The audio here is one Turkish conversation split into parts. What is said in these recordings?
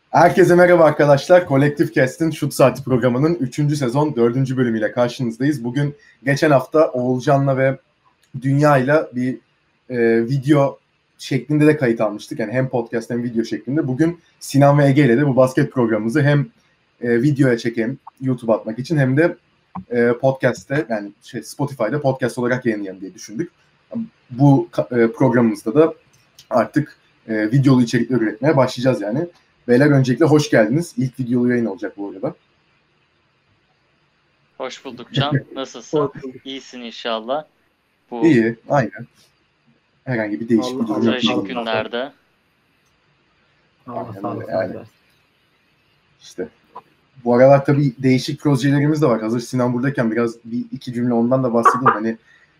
Herkese merhaba arkadaşlar. Kolektif Cast'in Şut Saati programının 3. sezon 4. bölümüyle karşınızdayız. Bugün geçen hafta Oğulcan'la ve Dünya'yla bir video şeklinde de kayıt almıştık. Yani hem podcast hem video şeklinde. Bugün Sinan ve Ege ile de bu basket programımızı hem videoya çekeyim, YouTube'a atmak için hem de podcast'te yani Spotify'da podcast olarak yayınlayalım diye düşündük. Bu programımızda da artık videolu içerikler üretmeye başlayacağız yani. Beyler öncelikle hoş geldiniz. İlk videolu yayın olacak bu arada. Hoş bulduk Can. Nasılsın? İyisin inşallah. İyi, aynen. Herhangi bir değişiklik yok. Trajik günlerde. Yani. İşte. Bu aralar tabii değişik projelerimiz de var. Hazır Sinan buradayken biraz iki cümle ondan da bahsedeyim. Hani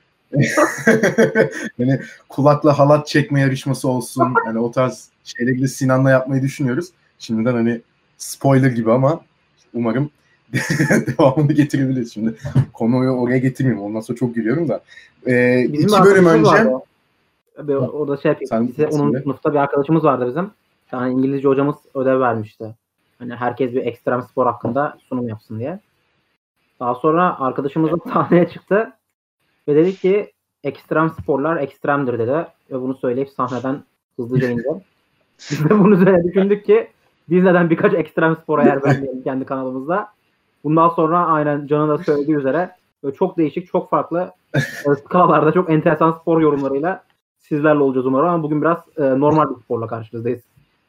yani kulakla halat çekme yarışması olsun. Yani o tarz şeyleri de Sinan'la yapmayı düşünüyoruz. Şimdiden hani spoiler gibi ama umarım devamını getirebiliriz. Şimdi konuyu oraya getirmeyeyim. Ondan sonra çok gülüyorum da. 2 bölüm önce orada şey yapayım. 10. sınıfta bir arkadaşımız vardı bizim. Yani İngilizce hocamız ödev vermişti. Hani herkes bir ekstrem spor hakkında sunum yapsın diye. Daha sonra arkadaşımızın sahneye çıktı ve dedi ki ekstrem sporlar ekstremdir dedi. Ve bunu söyleyip sahneden hızlıca indi. Biz de bunun üzerine düşündük ki biz neden birkaç ekstrem spora yer vermeyelim kendi kanalımızda. Bundan sonra aynen Can'ın da söylediği üzere böyle çok değişik, çok farklı skalalarda çok enteresan spor yorumlarıyla sizlerle olacağız umarım. Ama bugün biraz normal bir sporla karşınızdayız.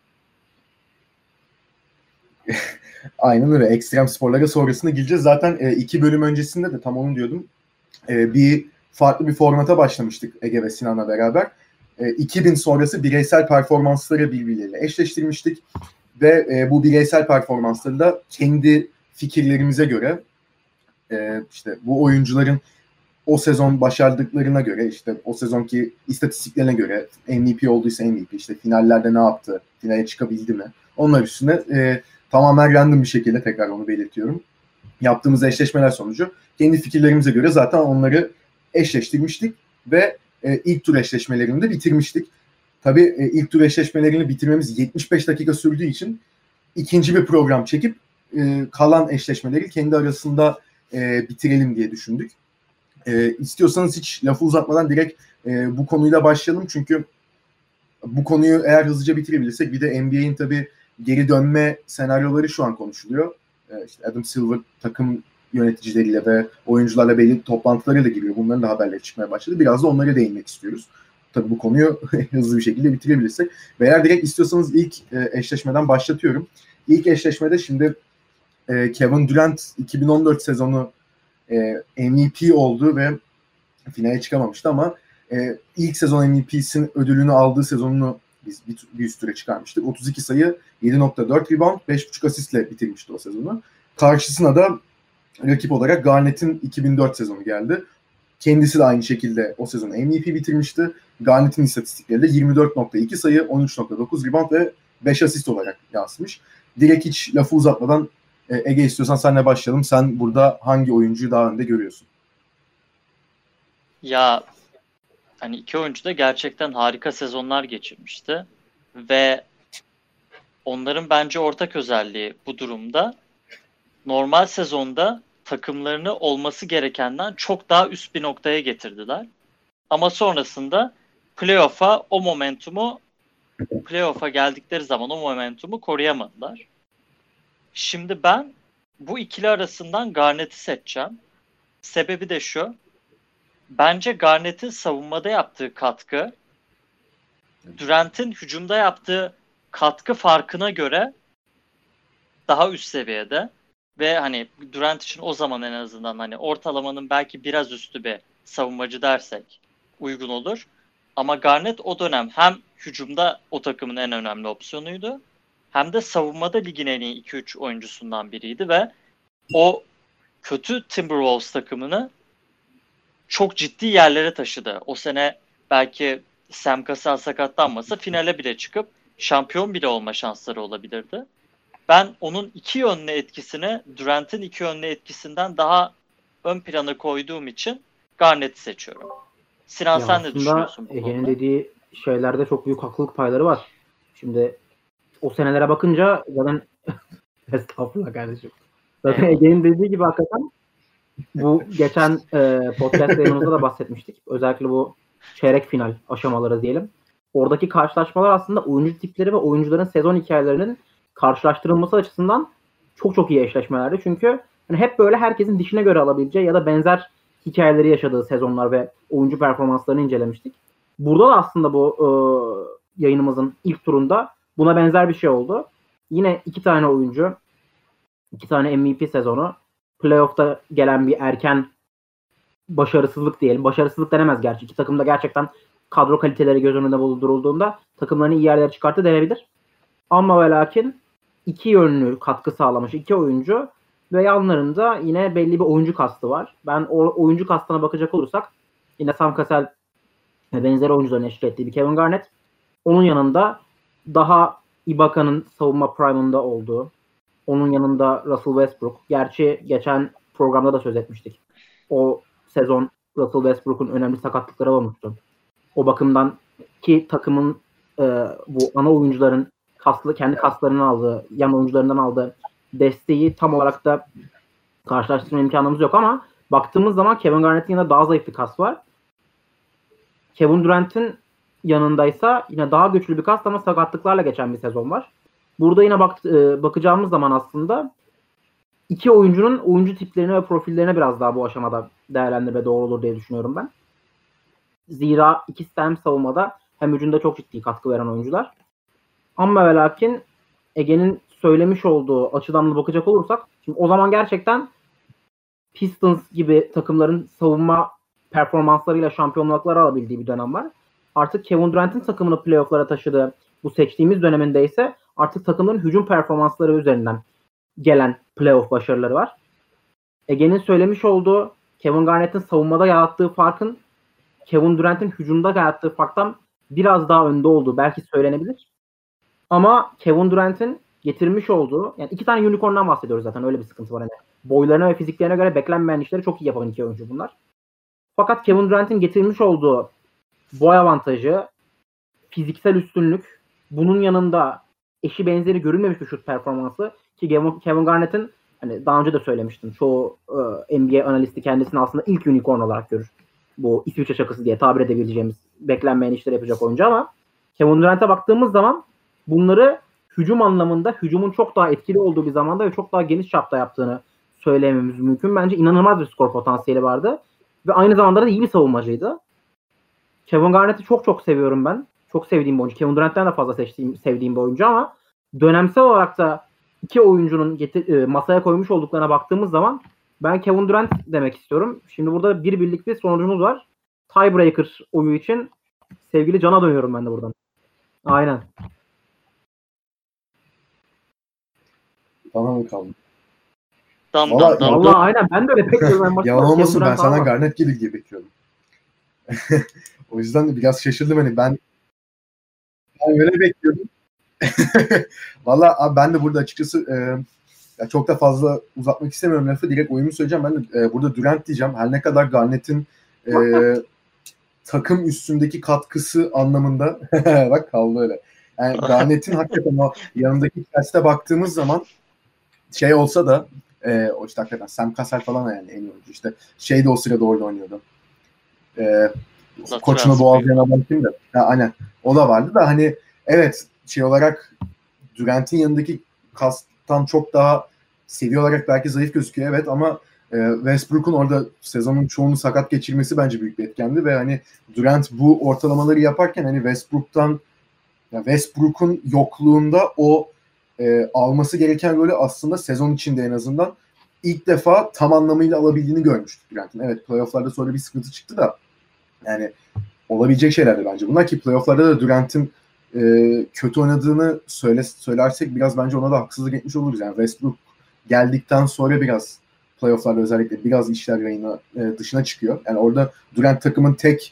Aynen öyle. Ekstrem sporlara sonrasında gireceğiz. Zaten 2 bölüm öncesinde de tam onu diyordum. Bir farklı bir formata başlamıştık Ege ve Sinan'la beraber. 2000 sonrası bireysel performansları birbirleriyle eşleştirmiştik. Ve bu bireysel performansları da kendi fikirlerimize göre işte bu oyuncuların o sezon başardıklarına göre işte o sezonki istatistiklerine göre MVP olduysa MVP işte finallerde ne yaptı, finale çıkabildi mi? Onlar üstüne tamamen random bir şekilde tekrar onu belirtiyorum. Yaptığımız eşleşmeler sonucu kendi fikirlerimize göre zaten onları eşleştirmiştik ve ilk tur eşleşmelerini de bitirmiştik. Tabii ilk tur eşleşmelerini bitirmemiz 75 dakika sürdüğü için ikinci bir program çekip kalan eşleşmeleri kendi arasında bitirelim diye düşündük. İstiyorsanız hiç lafı uzatmadan direkt bu konuyla başlayalım. Çünkü bu konuyu eğer hızlıca bitirebilirsek bir de NBA'in tabii geri dönme senaryoları şu an konuşuluyor. İşte Adam Silver takım yöneticileriyle ve oyuncularla belli toplantılarıyla giriyor. Bunların da haberleri çıkmaya başladı. Biraz da onlara değinmek istiyoruz. Tabii bu konuyu hızlı bir şekilde bitirebilirsek. Ve eğer direkt istiyorsanız ilk eşleşmeden başlatıyorum. İlk eşleşmede şimdi Kevin Durant 2014 sezonu MVP oldu ve finale çıkamamıştı ama ilk sezon MVP'sinin ödülünü aldığı sezonunu biz bir üst ture çıkarmıştık. 32 sayı, 7.4 rebound, 5.5 asistle bitirmişti o sezonu. Karşısına da rakip olarak Garnett'in 2004 sezonu geldi. Kendisi de aynı şekilde o sezonu MVP bitirmişti. Garnett'in istatistikleri de 24.2 sayı, 13.9 rebound ve 5 asist olarak yansımış. Direkt hiç lafı uzatmadan Ege istiyorsan senle başlayalım. Sen burada hangi oyuncuyu daha önde görüyorsun? Ya hani iki oyuncu da gerçekten harika sezonlar geçirmişti. Ve onların bence ortak özelliği bu durumda normal sezonda takımlarını olması gerekenden çok daha üst bir noktaya getirdiler. Ama sonrasında playoff'a geldikleri zaman o momentumu koruyamadılar. Şimdi ben bu ikili arasından Garnett'i seçeceğim. Sebebi de şu. Bence Garnett'in savunmada yaptığı katkı Durant'in hücumda yaptığı katkı farkına göre daha üst seviyede ve hani Durant için o zaman en azından hani ortalamanın belki biraz üstü bir savunmacı dersek uygun olur. Ama Garnett o dönem hem hücumda o takımın en önemli opsiyonuydu hem de savunmada ligin en iyi 2-3 oyuncusundan biriydi ve o kötü Timberwolves takımını çok ciddi yerlere taşıdı. O sene belki Sam Cassell sakatlanmasa finale bile çıkıp şampiyon bile olma şansları olabilirdi. Ben onun iki yönlü etkisini Durant'in iki yönlü etkisinden daha ön plana koyduğum için Garnett'i seçiyorum. Sinan sen ne düşünüyorsun bu konuda? Ege'nin dediği şeylerde çok büyük haklılık payları var. Şimdi o senelere bakınca zaten estağfurullah kardeşim. Zaten Ege'nin dediği gibi hakikaten bu geçen podcast yayınımızda da bahsetmiştik. Özellikle bu çeyrek final aşamaları diyelim. Oradaki karşılaşmalar aslında oyuncu tipleri ve oyuncuların sezon hikayelerinin karşılaştırılması açısından çok çok iyi eşleşmelerdi. Çünkü hani hep böyle herkesin dişine göre alabileceği ya da benzer hikayeleri yaşadığı sezonlar ve oyuncu performanslarını incelemiştik. Burada da aslında bu yayınımızın ilk turunda buna benzer bir şey oldu. Yine 2 tane oyuncu, 2 tane MVP sezonu, playoff'ta gelen bir erken başarısızlık diyelim. Başarısızlık denemez gerçi. İki takım da gerçekten kadro kaliteleri göz önünde bulundurulduğunda takımlarını iyi yerlere çıkarttı denebilir. Ama ve lakin iki yönlü katkı sağlamış 2 oyuncu ve yanlarında yine belli bir oyuncu kastı var. Ben o oyuncu kastına bakacak olursak yine Sam Cassell ve benzeri oyuncuların eşlik ettiği bir Kevin Garnett. Onun yanında daha Ibaka'nın savunma prime'ında olduğu, onun yanında Russell Westbrook. Gerçi geçen programda da söz etmiştik. O sezon Russell Westbrook'un önemli sakatlıkları olmuştu. O bakımdan ki takımın bu ana oyuncuların kendi kaslarını aldığı, yan oyuncularından aldığı desteği tam olarak da karşılaştırma imkanımız yok ama baktığımız zaman Kevin Garnett'in yanında daha zayıf bir kas var. Kevin Durant'in yanındaysa yine daha güçlü bir kas ama sakatlıklarla geçen bir sezon var. Burada yine bakacağımız zaman aslında iki oyuncunun oyuncu tiplerine ve profillerine biraz daha bu aşamada değerlendirme doğru olur diye düşünüyorum ben. Zira ikisi de hem savunmada hem hücumda çok ciddi katkı veren oyuncular. Ama ve lakin Ege'nin söylemiş olduğu açıdan da bakacak olursak şimdi o zaman gerçekten Pistons gibi takımların savunma performanslarıyla şampiyonlukları alabildiği bir dönem var. Artık Kevin Durant'in takımını playoff'lara taşıdığı bu seçtiğimiz döneminde ise artık takımların hücum performansları üzerinden gelen playoff başarıları var. Ege'nin söylemiş olduğu Kevin Garnett'in savunmada yarattığı farkın Kevin Durant'in hücumda yarattığı farktan biraz daha önde olduğu belki söylenebilir. Ama Kevin Durant'in getirmiş olduğu, yani 2 tane unicorn'dan bahsediyoruz zaten, öyle bir sıkıntı var. Yani boylarına ve fiziklerine göre beklenmeyen işleri çok iyi yapan 2 oyuncu bunlar. Fakat Kevin Durant'in getirmiş olduğu boy avantajı, fiziksel üstünlük, bunun yanında eşi benzeri görülmemiş bir şut performansı ki Kevin Garnett'in hani daha önce de söylemiştim. Çoğu NBA analisti kendisini aslında ilk unicorn olarak görür. Bu İsviçre şakası diye tabir edebileceğimiz beklenmeyen işleri yapacak oyuncu ama Kevin Durant'e baktığımız zaman bunları hücum anlamında hücumun çok daha etkili olduğu bir zamanda ve çok daha geniş çapta yaptığını söylememiz mümkün. Bence inanılmaz bir skor potansiyeli vardı. Ve aynı zamanda da iyi bir savunmacıydı. Kevin Garnett'i çok çok seviyorum ben. Çok sevdiğim bir oyuncu. Kevin Durant'ten de fazla sevdiğim bir oyuncu ama dönemsel olarak da 2 oyuncunun masaya koymuş olduklarına baktığımız zaman ben Kevin Durant demek istiyorum. Şimdi burada birlik bir sonucumuz var. Tiebreaker oyu için sevgili Can'a dönüyorum ben de buradan. Aynen. Bana mı kaldı? Vallahi aynen ben de öyle bekliyorum. Yalan olmasın, ben senden Garnett gelir diye bekliyordum. O yüzden de biraz şaşırdım hani ben öyle bekliyordum. Vallahi abi ben de burada açıkçası ya çok da fazla uzatmak istemiyorum lafı. Direkt oyumu söyleyeceğim. Ben de burada Durant diyeceğim. Her ne kadar Garnett'in takım üstündeki katkısı anlamında bak kaldı öyle. Yani Garnett'in hakikaten o yanındaki teste baktığımız zaman şey olsa da o işte hakikaten Sam Cassell falan yani en iyi oyuncu. İşte şey de o sırada orada oynuyordu. Koçunu boğazlayan adam kimdi? Aynen. O da vardı da hani evet şey olarak Durant'in yanındaki kastan çok daha seviye olarak belki zayıf gözüküyor evet ama Westbrook'un orada sezonun çoğunu sakat geçirmesi bence büyük bir etkendi ve hani Durant bu ortalamaları yaparken hani Westbrook'un yokluğunda o alması gereken rolü aslında sezon içinde en azından ilk defa tam anlamıyla alabildiğini görmüştük Durant'in. Evet playoff'larda sonra bir sıkıntı çıktı da yani olabilecek şeylerdi bence bunlar ki playoff'larda da Durant'in kötü oynadığını söylersek biraz bence ona da haksızlık etmiş oluruz. Yani Westbrook geldikten sonra biraz playoff'larda özellikle biraz işler rayına dışına çıkıyor. Yani orada Durant takımın tek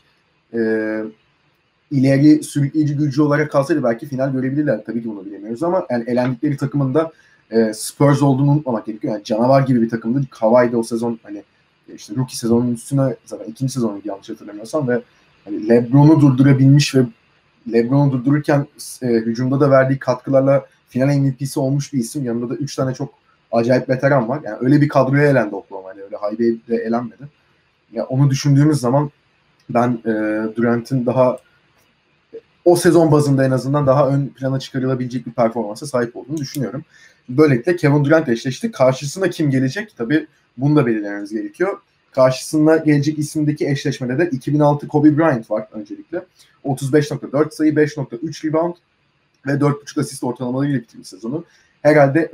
ileri sürükleyici gücü olarak kalsaydı belki final görebilirler. Tabii ki bunu bilemiyoruz ama yani elendikleri takımın da Spurs olduğunu unutmamak gerekiyor. Yani canavar gibi bir takımdı. Kawhi'de o sezon hani işte rookie sezonun üstüne zaten ikinci sezonu yanlış hatırlamıyorsam ve hani LeBron'u durdurabilmiş ve LeBron'u durdururken hücumda da verdiği katkılarla final MVP'si olmuş bir isim. Yanında da 3 tane çok acayip veteran var. Yani öyle bir kadroya elendi Oklahoma. Yani öyle highway'de elenmedi. Ya onu düşündüğümüz zaman ben Durant'in daha o sezon bazında en azından daha ön plana çıkarılabilecek bir performansa sahip olduğunu düşünüyorum. Böylelikle Kevin Durant eşleşti. Karşısına kim gelecek? Tabii bunu da belirlememiz gerekiyor. Karşısına gelecek isimdeki eşleşmede de 2006 Kobe Bryant var öncelikle. 35.4 sayı, 5.3 rebound ve 4.5 asist ortalamalarıyla bitirmiş sezonu. Herhalde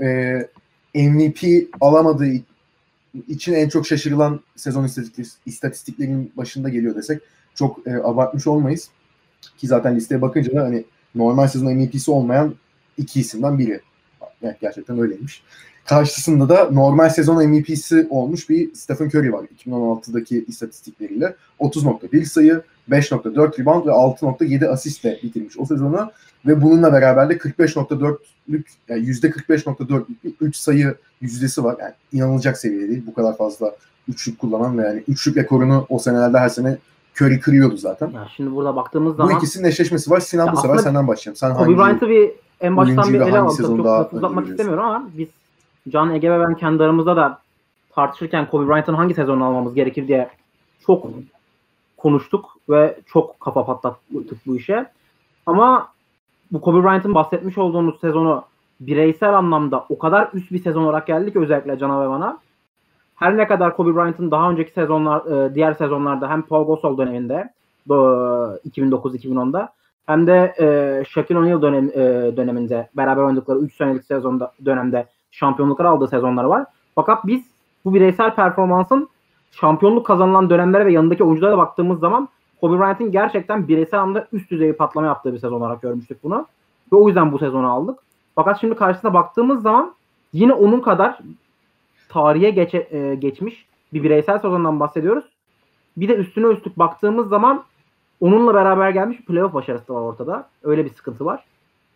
MVP alamadığı için en çok şaşırılan sezon istatistiklerinin başında geliyor desek çok abartmış olmayız. Ki zaten listeye bakınca da hani normal sezon MVP'si olmayan iki isimden biri. Yani gerçekten öyleymiş. Karşısında da normal sezon MVP'si olmuş bir Stephen Curry var. 2016'daki istatistikleriyle 30.1 sayı, 5.4 rebound ve 6.7 asistle bitirmiş o sezonu. Ve bununla beraber de 45.4'lük yani %45.4'lük bir 3 sayı yüzdesi var. Yani inanılacak seviyede değil. Bu kadar fazla üçlük kullanan ve yani üçlük rekorunu o senelerde her sene Curry kırıyordu zaten. Ya şimdi burada baktığımız zaman bu ikisinin eşleşmesi var. Sinan bu sefer senden başlayalım. Sen Kobe Bryant'ı bir en baştan bir ele alalım. Çok uzatmak istemiyorum ama biz Can, Ege ve ben kendi aramızda da tartışırken Kobe Bryant'ın hangi sezonu almamız gerekir diye çok konuştuk ve çok kafa patlattık bu işe. Ama bu Kobe Bryant'ın bahsetmiş olduğumuz sezonu bireysel anlamda o kadar üst bir sezon olarak geldi ki özellikle Can'a ve bana. Her ne kadar Kobe Bryant'ın daha önceki sezonlar, diğer sezonlarda hem Paul Gasol döneminde 2009-2010'da hem de Shaquille O'Neal döneminde beraber oynadıkları 3 senelik dönemde şampiyonluklar aldığı sezonlar var. Fakat biz bu bireysel performansın şampiyonluk kazanılan dönemlere ve yanındaki oyunculara baktığımız zaman Kobe Bryant'ın gerçekten bireysel anlamda üst düzey bir patlama yaptığı bir sezon olarak görmüştük bunu. Ve o yüzden bu sezonu aldık. Fakat şimdi karşısına baktığımız zaman yine onun kadar tarihe geçmiş bir bireysel sezondan bahsediyoruz. Bir de üstüne üstlük baktığımız zaman onunla beraber gelmiş bir playoff başarısı var ortada. Öyle bir sıkıntı var.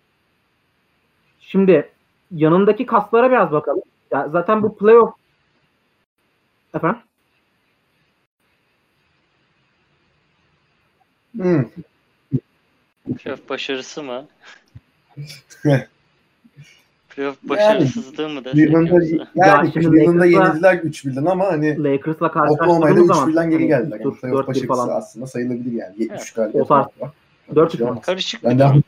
Şimdi yanındaki kaslara biraz bakalım. Ya zaten bu playoff efendim? Playoff başarısı mı? Playoff başarısızlığı mı desek yoksa? Yani Cleveland'da yenildiler 3-1'den ama hani Lakers'la Oklahoma'ya da 3-1'den geri hani geldiler. Yani playoff başarısı falan aslında sayılabilir yani. 70 galibiyet var. 4-3 karışık bir durum.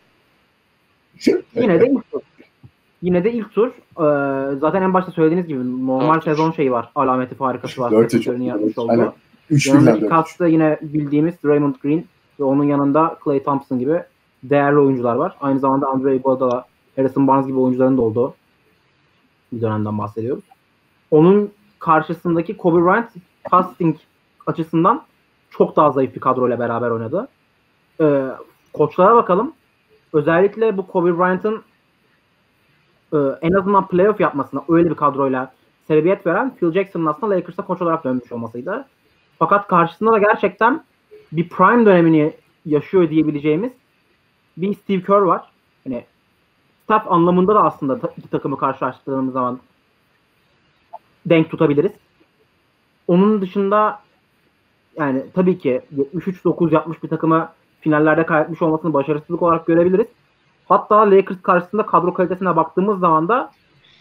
Yine de ilk tur. Zaten en başta söylediğiniz gibi normal sezon şeyi var. Alameti farikası var. 4-3 yapmış oldu. 3-1'den Yanındaki kasta yine bildiğimiz Draymond Green ve onun yanında Klay Thompson gibi değerli oyuncular var. Aynı zamanda Andre Iguodala, Harrison Barnes gibi oyuncuların da olduğu bir dönemden bahsediyoruz. Onun karşısındaki Kobe Bryant casting açısından çok daha zayıf bir kadroyla beraber oynadı. Koçlara bakalım. Özellikle bu Kobe Bryant'ın en azından playoff yapmasına öyle bir kadroyla sebebiyet veren Phil Jackson'ın aslında Lakers'a koç olarak dönmüş olmasıydı. Fakat karşısında da gerçekten bir prime dönemini yaşıyor diyebileceğimiz bir Steve Kerr var. Yani staff anlamında da aslında iki takımı karşılaştırdığımız zaman denk tutabiliriz. Onun dışında yani tabii ki 73-9 yapmış bir takımı finallerde kaybetmiş olmasını başarısızlık olarak görebiliriz. Hatta Lakers karşısında kadro kalitesine baktığımız zaman da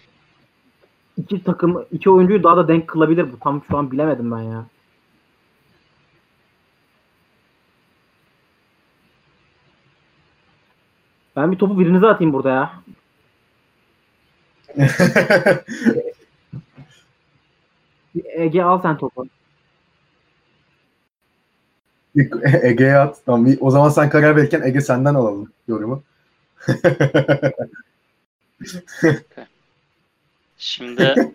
iki oyuncuyu daha da denk kılabilir. Bu tam şu an bilemedim ben ya. Ben bir topu birinize atayım burada ya. Ege al sen topu. Ege'ye at. Tamam. O zaman sen karar verirken Ege senden alalım yorumu. Şimdi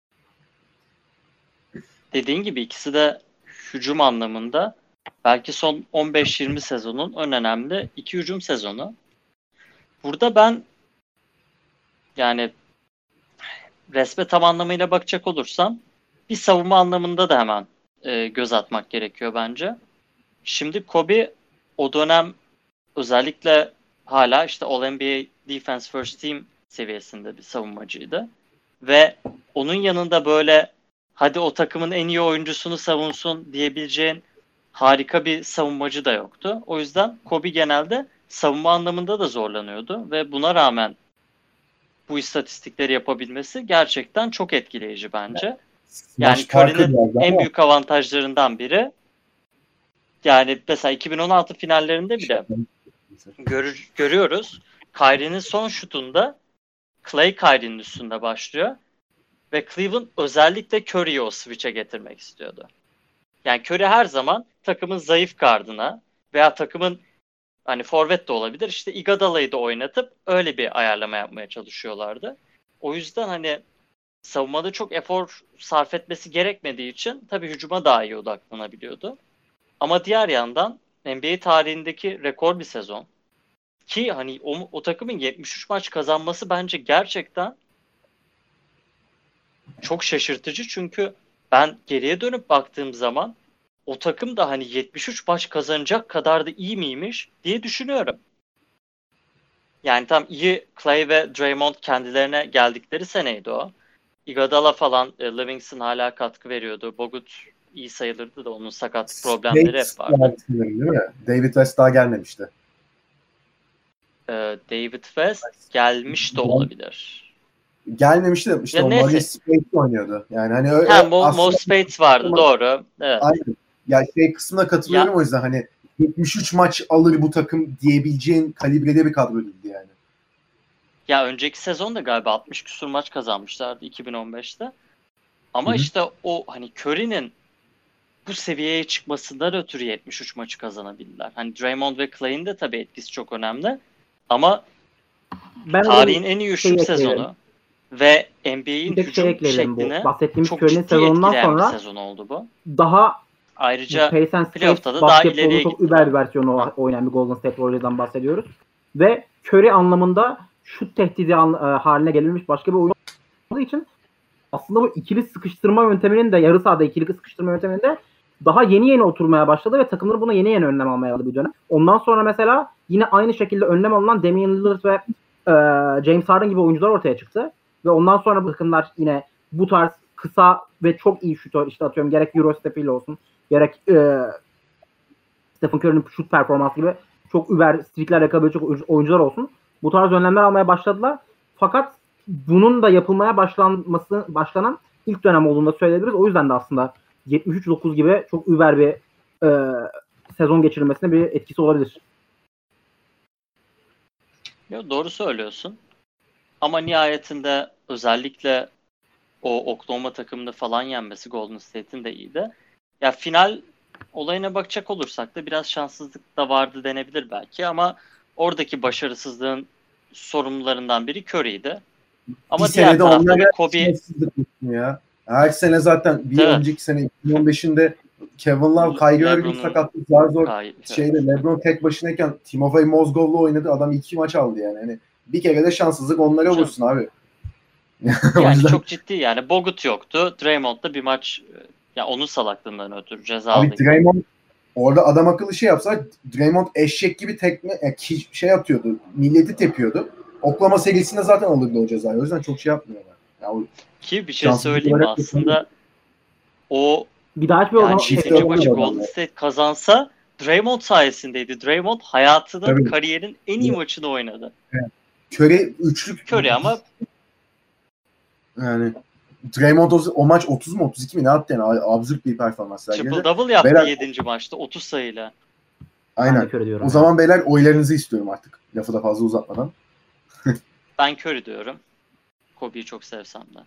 dediğin gibi ikisi de hücum anlamında belki son 15-20 sezonun en önemli iki hücum sezonu. Burada ben yani resme tam anlamıyla bakacak olursam bir savunma anlamında da hemen göz atmak gerekiyor bence. Şimdi Kobe o dönem özellikle hala işte All-NBA Defense First Team seviyesinde bir savunmacıydı. Ve onun yanında böyle hadi o takımın en iyi oyuncusunu savunsun diyebileceğin harika bir savunmacı da yoktu. O yüzden Kobe genelde savunma anlamında da zorlanıyordu ve buna rağmen bu istatistikleri yapabilmesi gerçekten çok etkileyici bence. Yani Curry'nin en büyük avantajlarından biri, yani mesela 2016 finallerinde bile görüyoruz. Kyrie'nin son şutunda Clay Kyrie'nin üstünde başlıyor ve Cleveland özellikle Curry'i o switch'e getirmek istiyordu. Yani Curry her zaman takımın zayıf gardına veya takımın hani forvet de olabilir, işte Iguodala'yı da oynatıp öyle bir ayarlama yapmaya çalışıyorlardı. O yüzden hani savunmada çok efor sarf etmesi gerekmediği için tabii hücuma daha iyi odaklanabiliyordu. Ama diğer yandan NBA tarihindeki rekor bir sezon. Ki hani o takımın 73 maç kazanması bence gerçekten çok şaşırtıcı. Çünkü ben geriye dönüp baktığım zaman o takım da hani 73 maç kazanacak kadar da iyi miymiş diye düşünüyorum. Yani tam iyi Clay ve Draymond kendilerine geldikleri seneydi o. Iguodala falan, Livingston hala katkı veriyordu. Bogut iyi sayılırdı da onun sakatlık problemleri hep vardı. Değil mi? David West daha gelmemişti. David West gelmiş de olabilir. Gelmemişti de işte o Maurice Spades oynuyordu. Yani hani Mo Spades vardı, doğru. Evet. Aynen. Ya kısmına katılıyorum o yüzden hani 73 maç alır bu takım diyebileceğin kalibrede bir kadro değildi yani. Ya önceki sezonda galiba 60 küsur maç kazanmışlardı 2015'te. Ama işte o hani Curry'nin bu seviyeye çıkmasından ötürü 73 maçı kazanabildiler. Hani Draymond ve Clay'in de tabii etkisi çok önemli. Ama tarihin en iyi üçlük sezonu ve NBA'in hücum şekline çok ciddi etkileyen bir sezon oldu bu. Daha ayrıca playoff'ta da daha ileriye çok über bir versiyonu oynayan bir Golden State Warriors'dan bahsediyoruz. Ve Curry anlamında şut tehdidi haline gelmiş başka bir oyun olduğu için aslında bu ikili sıkıştırma yönteminin de, yarı sahada ikili sıkıştırma yönteminin de daha yeni oturmaya başladı ve takımları buna yeni önlem almaya aldı bir dönem. Ondan sonra mesela yine aynı şekilde önlem alınan Damian Lillard ve James Harden gibi oyuncular ortaya çıktı. Ve ondan sonra bu takımlar yine bu tarz kısa ve çok iyi şut, işte atıyorum gerek Eurostep ile olsun, gerek Stephen Curry'nin şut performansı gibi çok über streakler yakalayabilecek oyuncular olsun. Bu tarz önlemler almaya başladılar. Fakat bunun da yapılmaya başlanan ilk dönem olduğunu da söyleyebiliriz. O yüzden de aslında 73-9 gibi çok über bir sezon geçirilmesine bir etkisi olabilir. Ya doğru söylüyorsun. Ama nihayetinde özellikle o Oklahoma takımını falan yenmesi Golden State'in de iyiydi. Ya final olayına bakacak olursak da biraz şanssızlık da vardı denebilir belki ama oradaki başarısızlığın sorumlularından biri Curry'ydi. Ama diğer tarafta bir Kobe... Ya. Her sene zaten bir önceki sene 2015'inde Kevin Love, Kyrie Irving sakatlık zor LeBron tek başınayken Timofey Mozgov'la oynadı. Adam 2 maç aldı yani. Yani bir kere de şanssızlık onlara vursun abi. Yani yüzden... çok ciddi yani. Bogut yoktu. Draymond da bir maç ya onun salaklığından ötürü ceza aldı. Abi Draymond orada adam akıllı şey yapsa Draymond eşek gibi tekme şey atıyordu. Milleti tepiyordu. Oklahoma serisinde zaten alırdı o cezayı. O yüzden çok şey yapmıyorlar. Yani ki bir şey söyleyeyim mi aslında o bir daha yani 7. maçı Golden State kazansa Draymond sayesindeydi. Draymond hayatının kariyerin en iyi maçını oynadı. Evet. Curry üçlük. Curry ama yani Draymond o maç 30 mu 32 mi ne attı yani absürt bir performans sergiledi. Triple double yaptı beyler, 7. maçta 30 sayıyla. Aynen. O zaman beyler oylarınızı istiyorum artık. Lafı da fazla uzatmadan. Ben Curry diyorum. Kobe'yi çok sevsem de.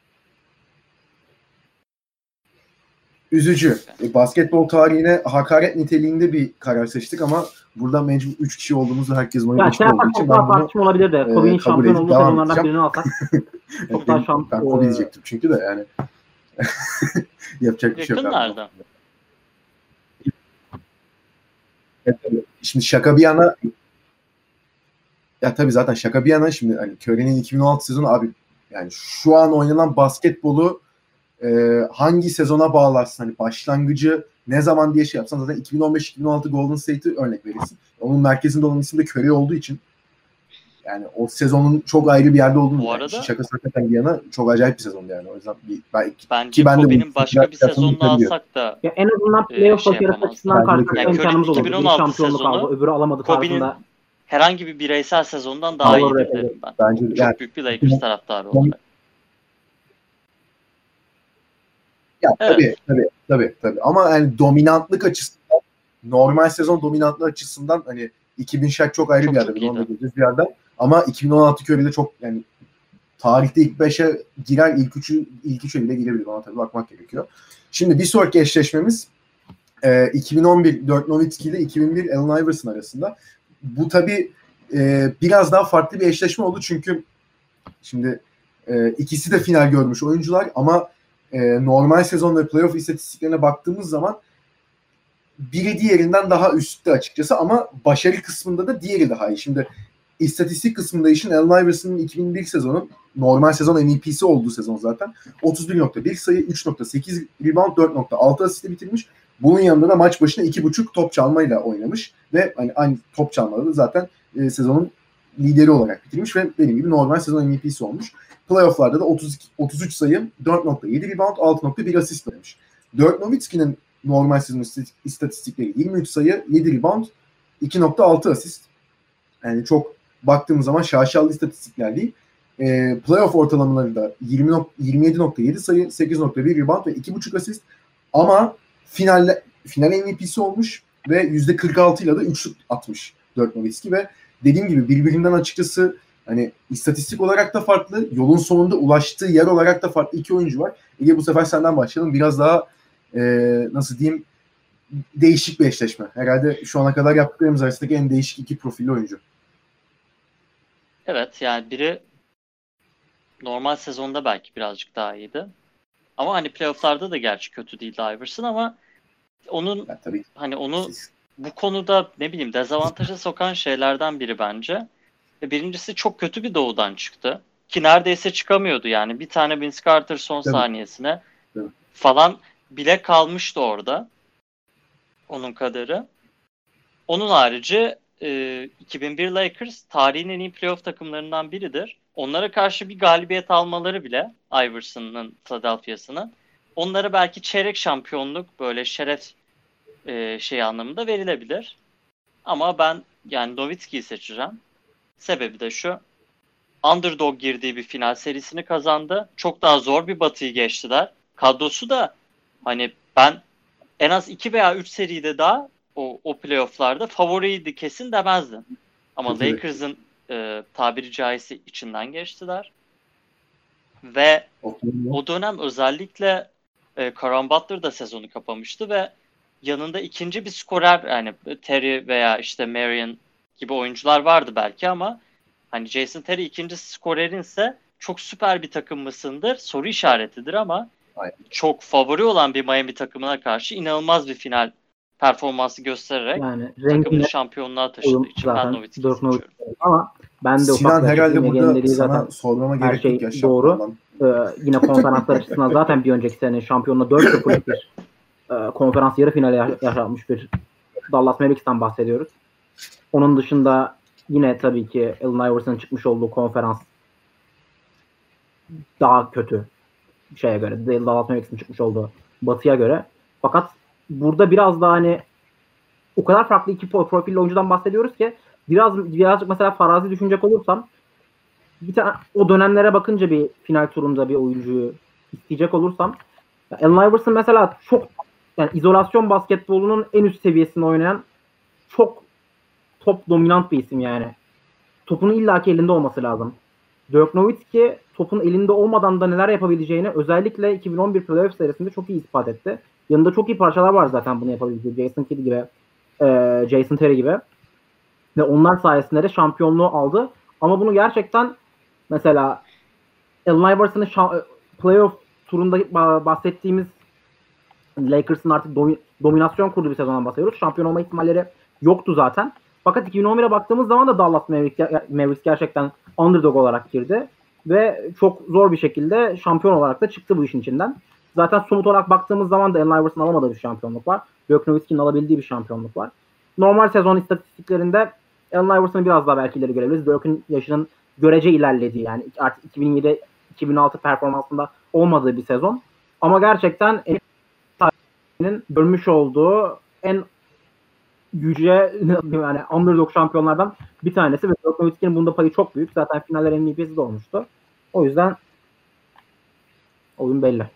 Üzücü. Basketbol tarihine hakaret niteliğinde bir karar seçtik ama burada mecbur 3 kişi olduğumuzu herkes oyun için olduğu için ben bunu olabilir de Kobe'nin şampiyon olduğu sezonlardan birini alsak çok daha şampiyon. Ben Kobe diyecektim çünkü de yani yapacak bir şey yok. Yakınlardan. Şimdi şaka bir yana ya tabii zaten şaka bir yana şimdi hani Curry'nin 2016 sezonu abi yani şu an oynanan basketbolu hangi sezona bağlarsın hani başlangıcı ne zaman diye şey yapsan zaten 2015-2016 Golden State'i örnek verirsin. Onun merkezinde olan isim de Curry olduğu için yani o sezonun çok ayrı bir yerde olduğunu bu arada şaka sakatan bir yana çok acayip bir sezondu yani. O yüzden bence Kobe'nin başka bir sezonunu alsak da ya en azından playoff başarısı açısından karşılaşma imkanımız olur. 2016 sezonu öbürü alamadı Kobe'nin herhangi bir bireysel sezondan daha iyidir derim ben. Bence çok yani, büyük bir Lakers taraftarı olarak. Ya Evet. tabii. Ama yani dominantlık açısından, normal sezon dominantlığı açısından hani 2000 Shaq çok ayrı bir yerde. Biz onu da göreceğiz bir yerden. Ama 2016 Curry'de çok yani tarihte ilk 5'e girer, ilk 3'e bile girebilir. Ona tabii bakmak gerekiyor. Şimdi bir sonraki eşleşmemiz 2011 Dirk Nowitzki ile 2001 Allen Iverson arasında. Bu tabii biraz daha farklı bir eşleşme oldu çünkü şimdi ikisi de final görmüş oyuncular ama normal sezon ve playoff istatistiklerine baktığımız zaman biri diğerinden daha üstte açıkçası ama başarı kısmında da diğeri daha iyi. Şimdi istatistik kısmında işin Allen Iverson'ın 2001 sezonu normal sezon MVP'si olduğu sezon zaten 31.1 sayı, 3.8 rebound, 4.6 asistle bitirmiş. Bunun yanında da maç başına 2.5 top çalmayla oynamış ve hani aynı top çalmaları da zaten sezonun lideri olarak bitirmiş ve dediğim gibi normal sezon MVP'si olmuş. Playoff'larda da 33 sayı, 4.7 rebound, 6.1 asist vermiş. Dirk Nowitzki'nin normal sezon istatistikleri 23 sayı, 7 rebound, 2.6 asist. Yani çok baktığımız zaman şaşalı istatistikler değil. Playoff ortalamaları da 27.7 sayı, 8.1 rebound ve 2.5 asist. Ama final MVP'si olmuş ve %46 ile de üçlük atmış Dirk Nowitzki ve dediğim gibi birbirinden açıkçası hani istatistik olarak da farklı, yolun sonunda ulaştığı yer olarak da farklı iki oyuncu var. Ege bu sefer senden başlayalım. Biraz daha nasıl diyeyim değişik bir eşleşme. Herhalde şu ana kadar yaptıklarımız arasındaki en değişik iki profilli oyuncu. Evet yani biri normal sezonda belki birazcık daha iyiydi. Ama hani playoff'larda da gerçi kötü değildi Iverson ama onun tabii. Hani onu bu konuda ne bileyim dezavantaja sokan şeylerden biri bence. Birincisi çok kötü bir doğudan çıktı. Ki neredeyse çıkamıyordu yani. Bir tane Vince Carter son saniyesine falan bile kalmıştı orada. Onun kadarı. Onun harici 2001 Lakers tarihin en iyi playoff takımlarından biridir. Onlara karşı bir galibiyet almaları bile Iverson'ın Philadelphia'sının onlara belki çeyrek şampiyonluk böyle şeref şey anlamında verilebilir. Ama ben yani Nowitzki'yi seçeceğim. Sebebi de şu. Underdog girdiği bir final serisini kazandı. Çok daha zor bir batıyı geçtiler. Kadrosu da hani ben en az 2 veya 3 seride daha o playoff'larda favoriydi kesin demezdim. Ama Lakers'ın tabiri caizse içinden geçtiler. Ve o dönem özellikle Caron Butler da sezonu kapamıştı ve yanında ikinci bir skorer yani Terry veya işte Marion gibi oyuncular vardı belki ama hani Jason Terry ikinci skorerinse çok süper bir takım mısındır? Soru işaretidir ama çok favori olan bir Miami takımına karşı inanılmaz bir final performansı göstererek yani takımını şampiyonluğa taşıdığı için ben Nowitzki'yi seçiyorum. Ama ben de Sinan herhalde burada sana sormama gerek yok. Her şey doğru. Yine konferanslar açısından zaten bir önceki sene şampiyonluğu 4-0'lık bir konferans yarı finali yaşatmış bir Dallas Mavericks'ten bahsediyoruz. Onun dışında yine tabii ki Allen Iverson'ın çıkmış olduğu konferans daha kötü şeye göre. Dallas Mavericks'in çıkmış olduğu batıya göre. Fakat burada biraz daha hani o kadar farklı iki profilli oyuncudan bahsediyoruz ki birazcık mesela farazi düşünecek olursam bir tane o dönemlere bakınca bir final turunda bir oyuncuyu isteyecek olursam Allen Iverson mesela çok yani izolasyon basketbolunun en üst seviyesinde oynayan çok top dominant bir isim yani. Topunun illaki elinde olması lazım. Dirk Nowitzki topun elinde olmadan da neler yapabileceğini özellikle 2011 playoff serisinde çok iyi ispat etti. Yanında çok iyi parçalar var zaten bunu yapabileceği. Jason Kidd gibi, Jason Terry gibi. Ve onlar sayesinde de şampiyonluğu aldı. Ama bunu gerçekten mesela Allen Iverson'ın playoff turunda bahsettiğimiz Lakers'ın artık dominasyon kurduğu bir sezondan bahsediyoruz. Şampiyon olma ihtimalleri yoktu zaten. Fakat 2011'e baktığımız zaman da Dallas Mavericks gerçekten underdog olarak girdi. Ve çok zor bir şekilde şampiyon olarak da çıktı bu işin içinden. Zaten somut olarak baktığımız zaman da Allen Iverson'ın alamadığı bir şampiyonluk var. Dirk Nowitzki'nin alabildiği bir şampiyonluk var. Normal sezon istatistiklerinde Allen Iverson'ı biraz daha belki ileri görebiliriz. Dirk'ün yaşının görece ilerlediği yani artık 2007-2006 performansında olmadığı bir sezon. Ama gerçekten görmüş olduğu en yüce yani underdog şampiyonlardan bir tanesi ve Dirk Nowitzki'nin bunda payı çok büyük. Zaten finaller MVP'si de olmuştu. O yüzden oyun belli.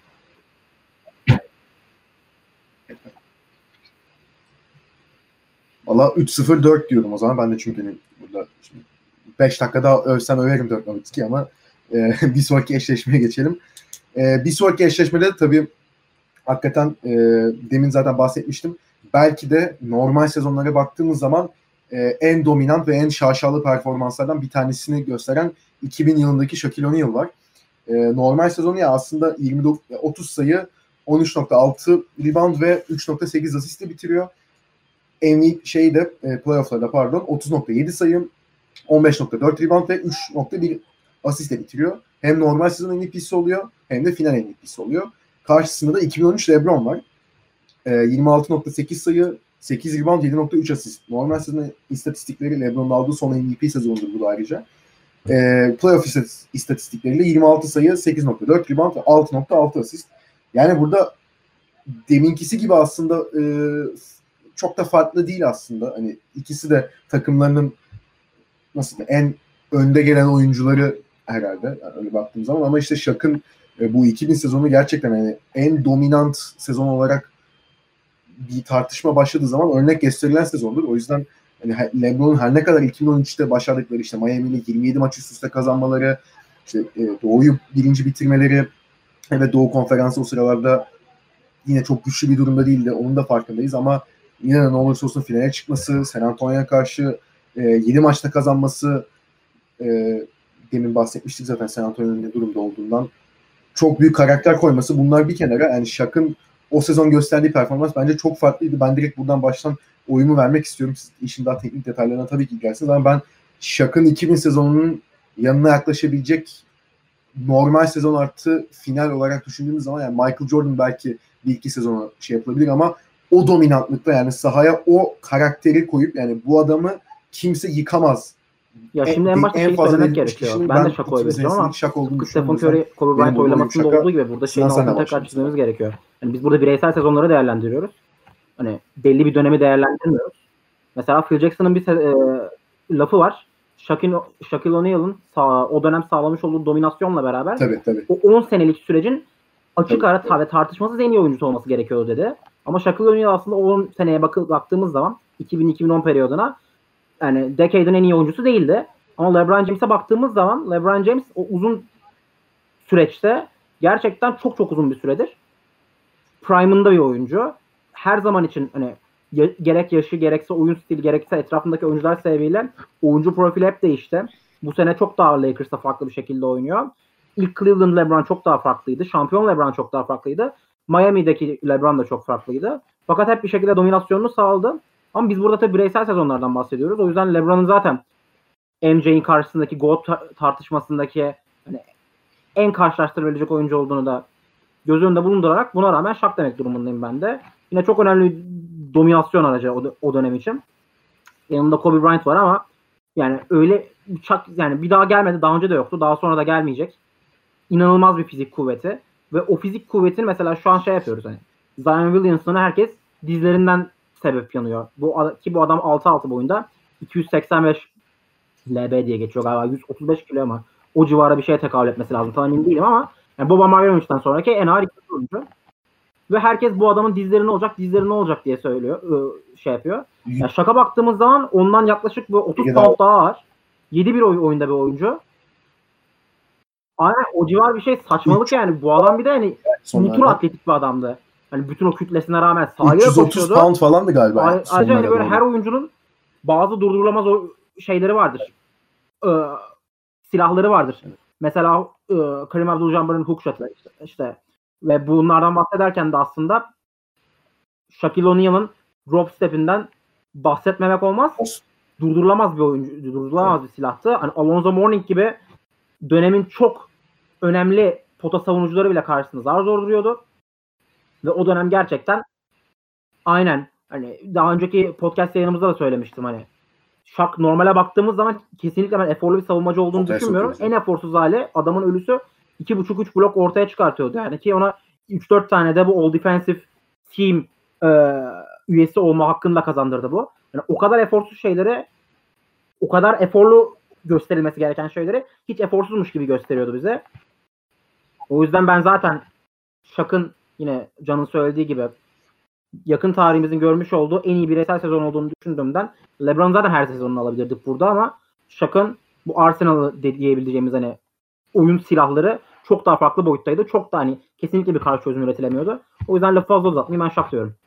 Valla 3-0-4 diyorum o zaman. Ben de çünkü burada 5 dakika daha övsem överim Dirk Nowitzki ama bir sonraki eşleşmeye geçelim. Bir sonraki eşleşmede tabii hakikaten demin zaten bahsetmiştim. Belki de normal sezonlara baktığımız zaman en dominant ve en şaşalı performanslardan bir tanesini gösteren 2000 yılındaki Shaquille O'Neal var. Normal sezonu ya aslında 30 sayı, 13.6 rebound ve 3.8 asistle bitiriyor. Playoff'larda 30.7 sayı, 15.4 rebound ve 3.1 asistle bitiriyor. Hem normal sezon MVP'si oluyor hem de final MVP'si oluyor. Karşısında da 2013 LeBron var. 26.8 sayı, 8 rebound, 7.3 asist. Normal sezon istatistikleri LeBron'un aldığı son MVP sezonudur bu da ayrıca. Playoff istatistikleriyle 26 sayı, 8.4 rebound ve 6.6 asist. Yani burada deminkisi gibi aslında çok da farklı değil aslında. Hani ikisi de takımlarının nasıl en önde gelen oyuncuları herhalde yani öyle baktığım zaman ama işte Shaq'ın bu 2000 sezonu gerçekten yani en dominant sezon olarak bir tartışma başladığı zaman örnek gösterilen sezondur. O yüzden hani LeBron'un her ne kadar 2013'te başardıkları işte Miami'yle 27 maç üst üste kazanmaları, işte Doğu'yu birinci bitirmeleri ve Doğu Konferansı o sıralarda yine çok güçlü bir durumda değildi. Onun da farkındayız ama yine de ne olursa olsun finale çıkması, San Antonio'ya karşı 7 maçta kazanması, demin bahsetmiştik zaten San Antonio'nun ne durumda olduğundan. Çok büyük karakter koyması, bunlar bir kenara. Yani Shaq'ın o sezon gösterdiği performans bence çok farklıydı. Ben direkt buradan baştan oyumu vermek istiyorum. Siz işin daha teknik detaylarına tabii ki girersiniz ama ben Shaq'ın 2000 sezonunun yanına yaklaşabilecek normal sezon artı final olarak düşündüğümüz zaman yani Michael Jordan belki bir iki sezonu şey yapılabilir ama o dominantlıkta yani sahaya o karakteri koyup yani bu adamı kimse yıkamaz. Ya şimdi en başta şeyi söylemek gerekiyor. Ben de Shaq oy vereceğim ama Stephen Curry, Kobe Bryant oylamasında olduğu gibi burada şeyin altını tekrar çizmemiz gerekiyor. Yani biz burada bireysel sezonları değerlendiriyoruz. Hani belli bir dönemi değerlendirmiyoruz. Mesela Phil Jackson'ın bir lafı var. Shaquille O'Neal'ın o dönem sağlamış olduğu dominasyonla beraber tabii. o 10 senelik sürecin açık ara ve tartışmasız en iyi oyuncusu olması gerekiyordu dedi. Ama Shaquille O'Neal aslında o 10 seneye baktığımız zaman 2000-2010 periyoduna yani decade'in en iyi oyuncusu değildi. Ama LeBron James'e baktığımız zaman LeBron James o uzun süreçte gerçekten çok çok uzun bir süredir prime'ında bir oyuncu. Her zaman için hani gerek yaşı, gerekse oyun stili, gerekse etrafındaki oyuncular sebebiyle oyuncu profili hep değişti. Bu sene çok daha Lakers'ta farklı bir şekilde oynuyor. İlk Cleveland LeBron çok daha farklıydı. Şampiyon LeBron çok daha farklıydı. Miami'deki LeBron da çok farklıydı. Fakat hep bir şekilde dominasyonunu sağladı. Ama biz burada tabii bireysel sezonlardan bahsediyoruz. O yüzden LeBron'un zaten MJ'in karşısındaki GOAT tartışmasındaki hani en karşılaştırabilecek oyuncu olduğunu da göz önünde bulundurarak buna rağmen Shaq demek durumundayım ben de. Yine çok önemli bir dominasyon aracı o dönem için. Yanında Kobe Bryant var ama yani öyle yani bir daha gelmedi. Daha önce de yoktu. Daha sonra da gelmeyecek. İnanılmaz bir fizik kuvveti. Ve o fizik kuvvetini mesela şu an şey yapıyoruz hani. Zion Williamson'ı herkes dizlerinden sebep yanıyor. Bu adam 6'6 boyunda 285 LB diye geçiyor galiba. 135 kilo ama o civara bir şeye tekabül etmesi lazım. Tam emin değilim ama yani Boban Marjanović'ten sonraki en ağır iki oyuncu. Ve herkes bu adamın dizleri ne olacak diye söylüyor. Şey yapıyor. Yani Shaq'a baktığımız zaman ondan yaklaşık 30 pound daha ağır. 7-1 oyunda bir oyuncu. Aynen o civar bir şey saçmalık yani. Bu adam bir de hani ultra atletik bir adamdı. Hani bütün o kütlesine rağmen sahaya koşuyordu. 330 pound falandı galiba. Ayrıca hani böyle her oyuncunun bazı durdurulamaz şeyleri vardır. Silahları vardır. Evet. Mesela Kareem Abdul-Jabbar'ın hook shot'ları işte ve bunlardan bahsederken de aslında Shaquille O'Neal'ın drop step'inden bahsetmemek olmaz. Durdurulamaz bir oyuncu, durdurulamaz bir silahtı. Hani Alonzo Mourning gibi dönemin çok önemli pota savunucuları bile karşısında zor duruyordu. Ve o dönem gerçekten aynen hani daha önceki podcast yayınımızda da söylemiştim hani Shaq normale baktığımız zaman kesinlikle ben eforlu bir savunmacı olduğunu düşünmüyorum. En eforsuz hali adamın ölüsü 2.5-3 blok ortaya çıkartıyordu. Yani ki ona 3-4 tane de bu All Defensive Team üyesi olma hakkını da kazandırdı bu. Yani o kadar eforsuz şeyleri, o kadar eforlu gösterilmesi gereken şeyleri hiç eforsuzmuş gibi gösteriyordu bize. O yüzden ben zaten Shaq'ın yine Can'ın söylediği gibi yakın tarihimizin görmüş olduğu en iyi bireysel sezon olduğunu düşündüğümden LeBron zaten her sezonunu alabilirdik burada ama Shaq'ın bu Arsenal'ı diyebileceğimiz hani oyun silahları çok daha farklı boyuttaydı. Çok da hani kesinlikle bir karşı çözüm üretilemiyordu. O yüzden lafı fazla uzatmayayım. Ben Shaq diyorum.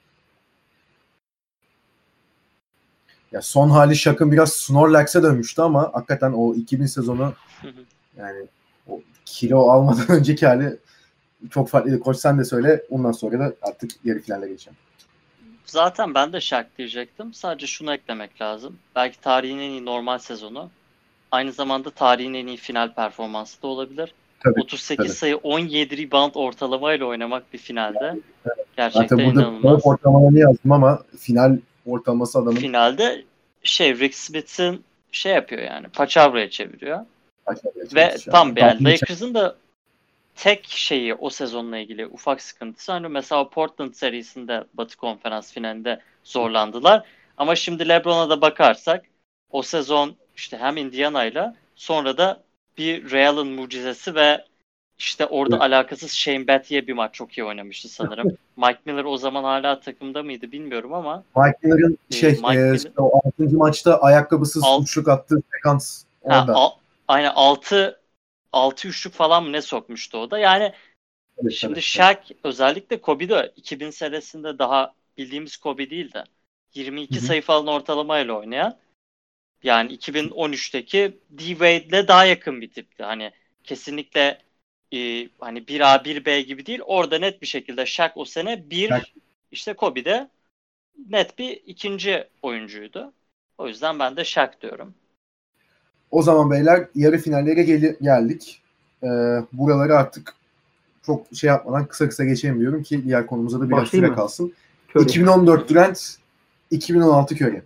Ya son hali Shaq'ın biraz Snorlax'e dönmüştü ama hakikaten o 2000 sezonu yani o kilo almadan önceki hali çok farklıydı. Koç sen de söyle. Ondan sonra da artık yarı finale geçelim. Zaten ben de Shaq diyecektim. Sadece şunu eklemek lazım. Belki tarihin en iyi normal sezonu. Aynı zamanda tarihin en iyi final performansı da olabilir. Tabii, 38 sayı 17 rebound ortalamayla oynamak bir finalde. Evet. Gerçekten zaten inanılmaz. Burada ortalamalarını yazdım ama final ortalaması adamın. Finalde Rick Smith'in yapıyor yani. Paçavra'ya çeviriyor. Ve tam yani Lakers'ın da tek şeyi o sezonla ilgili ufak sıkıntısı. Hani mesela Portland serisinde Batı Konferans finalinde zorlandılar. Ama şimdi LeBron'a da bakarsak o sezon işte hem Indiana'yla sonra da bir Real'ın mucizesi ve işte orada alakasız Shane Battier bir maç çok iyi oynamıştı sanırım. Mike Miller o zaman hala takımda mıydı bilmiyorum ama Mike Miller'ın o 6. maçta ayakkabısız üçlük attığı sekans orada. Aynen 6 üçlük falan mı ne sokmuştu o da. Yani evet, şimdi Shaq özellikle Kobe'de 2000 senesinde daha bildiğimiz Kobe değil de 22 sayı falan ortalamayla oynayan yani 2013'teki D-Wade'le daha yakın bir tipti. Hani kesinlikle hani 1A 1B gibi değil. Orada net bir şekilde Shaq o sene işte Kobe'de net bir ikinci oyuncuydu. O yüzden ben de Shaq diyorum. O zaman beyler yarı finallere geldik. Buraları artık çok yapmadan kısa geçemiyorum ki diğer konumuza da biraz süre kalsın. Curry. 2014 Durant, 2016 Curry.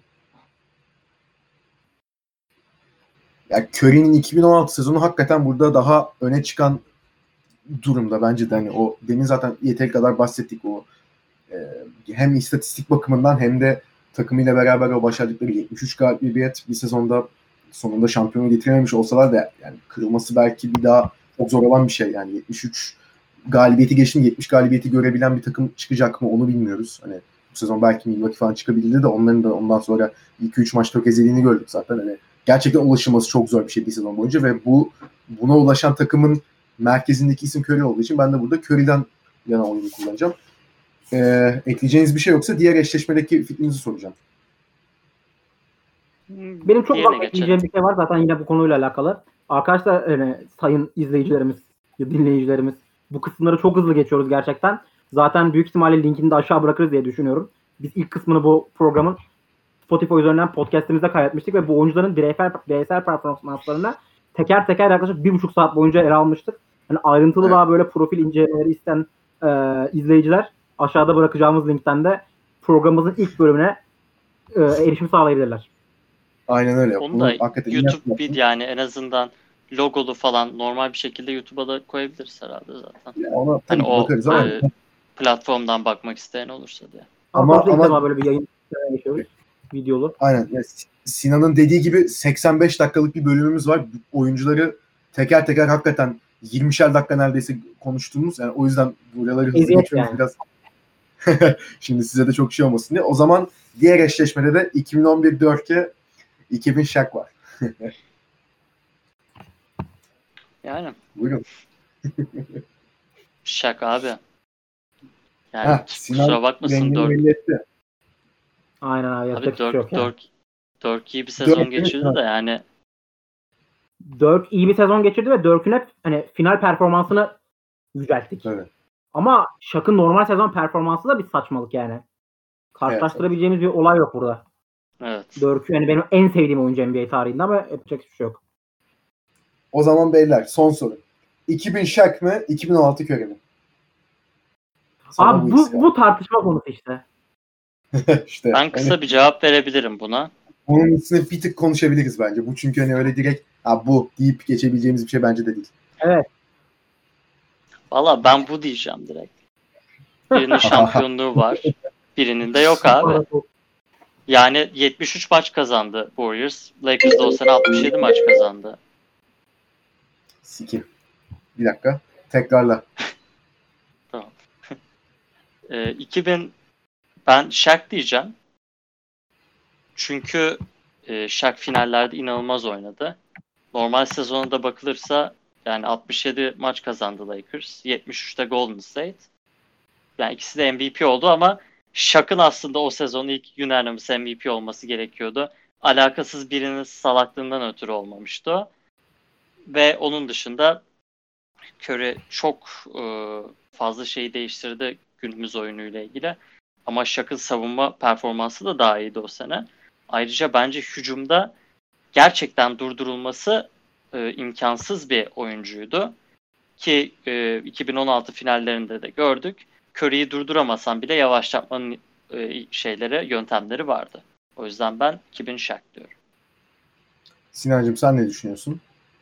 Yani Curry'nin 2016 sezonu hakikaten burada daha öne çıkan durumda bence de. Hani o demin zaten yeteri kadar bahsettik o hem istatistik bakımından hem de takımıyla beraber o başardıkları 73 galibiyet bir sezonda sonunda şampiyonu getirememiş olsalar da yani kırılması belki bir daha çok zor olan bir şey. Yani 73 galibiyeti geçtim 70 galibiyeti görebilen bir takım çıkacak mı onu bilmiyoruz. Hani bu sezon belki Milwaukee falan çıkabilirdi de onların da ondan sonra 2-3 maç tökezlediğini gördük zaten. Hani gerçekten ulaşılması çok zor bir şey bir sezon boyunca ve buna ulaşan takımın merkezindeki isim Curry olduğu için ben de burada Curry'den yana oyunu kullanacağım. Ekleyeceğiniz bir şey yoksa diğer eşleşmedeki fikrinizi soracağım. Benim çok ufak ekleyeceğim bir şey var zaten yine bu konuyla alakalı. Arkadaşlar sayın izleyicilerimiz, dinleyicilerimiz bu kısımları çok hızlı geçiyoruz gerçekten. Zaten büyük ihtimalle linkini de aşağı bırakırız diye düşünüyorum. Biz ilk kısmını bu programın Spotify üzerinden podcastimizde kaydetmiştik ve bu oyuncuların bireysel performanslarına teker teker yaklaşık 1,5 saat boyunca ele almıştık. Yani ayrıntılı daha böyle profil incelemeleri isteyen izleyiciler aşağıda bırakacağımız linkten de programımızın ilk bölümüne erişim sağlayabilirler. Aynen öyle. Onu da YouTube video yani en azından logolu falan normal bir şekilde YouTube'a da koyabiliriz herhalde zaten. Ya ona hani o platformdan bakmak isteyen olursa diye. Ama böyle bir yayın geçiyoruz. Videolu. Aynen. Yani Sinan'ın dediği gibi 85 dakikalık bir bölümümüz var. Oyuncuları teker teker hakikaten 20'şer dakika neredeyse konuştuğumuz. Yani o yüzden buraları hızlı geçiyoruz biraz. Şimdi size de çok şey olmasın diye. O zaman diğer eşleşmede de 2011 Dirk'e 2000 Shaq var. Yani. Buyurun. Shaq abi. Yani kusura bakmasın Dirk. Aynen abi. Abi Dirk iyi bir sezon geçirdi de yani. Dirk iyi bir sezon geçirdi ve Dirk'ün hep hani final performansını yücelttik. Evet. Ama Shaq'ın normal sezon performansı da bir saçmalık yani. Karşılaştırabileceğimiz bir olay yok burada. Evet. Dirk yani benim en sevdiğim oyuncu NBA tarihinde ama yapacak hiçbir şey yok. O zaman beyler son soru. 2000 Shaq mı? 2016 Curry mi? Abi bu tartışma konusu işte. İşte ben kısa bir cevap verebilirim buna. Bunun üstüne bir tık konuşabiliriz bence. Bu çünkü hani öyle direkt bu deyip geçebileceğimiz bir şey bence de değil. Evet. Valla ben bu diyeceğim direkt. Birinin şampiyonluğu var. Birinin de yok abi. Yani 73 maç kazandı Warriors. Lakers da o sene 67 maç kazandı. Sikim. Bir dakika. Tekrarla. Tamam. 2000 ben Shaq diyeceğim. Çünkü Shaq finallerde inanılmaz oynadı. Normal sezonunda bakılırsa yani 67 maç kazandı Lakers. 73'te Golden State. Yani ikisi de MVP oldu ama Shaq'ın aslında o sezon ilk unanimous MVP olması gerekiyordu. Alakasız birinin salaklığından ötürü olmamıştı o. Ve onun dışında Curry çok fazla şeyi değiştirdi günümüz oyunuyla ilgili. Ama Shaq'ın savunma performansı da daha iyiydi o sene. Ayrıca bence hücumda gerçekten durdurulması imkansız bir oyuncuydu. Ki 2016 finallerinde de gördük. Curry'i durduramasan bile yavaşlatmanın yöntemleri vardı. O yüzden ben 2000 Shaq diyorum. Sinancığım sen ne düşünüyorsun?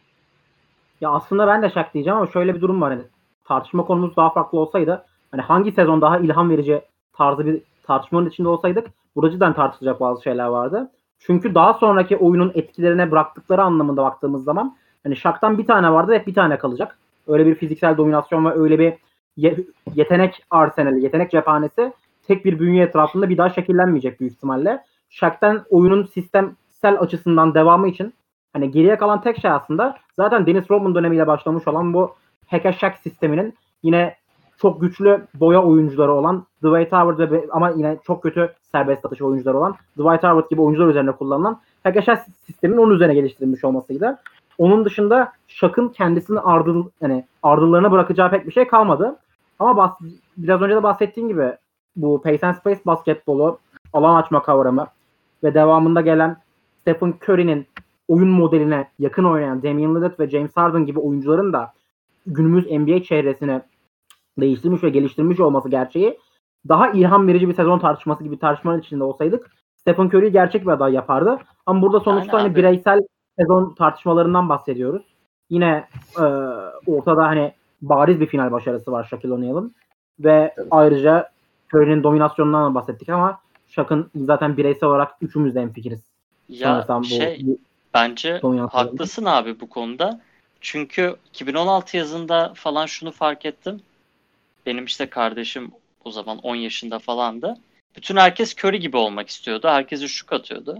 Ya aslında ben de Shaq diyeceğim ama şöyle bir durum var. Hani tartışma konumuz daha farklı olsaydı hani hangi sezon daha ilham verici tarzı bir tartışmanın içinde olsaydık burada cidden tartışılacak bazı şeyler vardı. Çünkü daha sonraki oyunun etkilerine bıraktıkları anlamında baktığımız zaman hani Shaq'tan bir tane vardı, hep bir tane kalacak. Öyle bir fiziksel dominasyon ve öyle bir yetenek arsenali, yetenek cephanesi tek bir bünye etrafında bir daha şekillenmeyecek büyük ihtimalle. Shaq'tan oyunun sistemsel açısından devamı için hani geriye kalan tek şey aslında zaten Dennis Rodman dönemiyle başlamış olan bu Hack and Shaq sisteminin yine çok güçlü boya oyuncuları olan Dwight Howard ama yine çok kötü serbest atış oyuncuları olan Dwight Howard gibi oyuncular üzerine kullanılan Hack and Shaq sisteminin onun üzerine geliştirilmiş olmasıydı. Onun dışında Shaq'ın kendisini ardıllarına bırakacağı pek bir şey kalmadı. Ama biraz önce de bahsettiğim gibi bu pace and space basketbolu, alan açma kavramı ve devamında gelen Stephen Curry'nin oyun modeline yakın oynayan Damian Lillard ve James Harden gibi oyuncuların da günümüz NBA çehresini değiştirmiş ve geliştirmiş olması gerçeği daha ilham verici bir sezon tartışması gibi tartışmanın içinde olsaydık Stephen Curry'i gerçek bir aday yapardı. Ama burada sonuçta hani bireysel sezon tartışmalarından bahsediyoruz. Yine ortada hani bariz bir final başarısı var Shaquille O'Neal'ın ve ayrıca Curry'nin dominasyonundan da bahsettik ama Shaq'ın zaten bireysel olarak üçümüz de hemfikiriz. Ya bence haklısın abi bu konuda. Çünkü 2016 yazında falan şunu fark ettim. Benim işte kardeşim o zaman 10 yaşında falandı. Bütün herkes Curry gibi olmak istiyordu. Herkes üçlük atıyordu.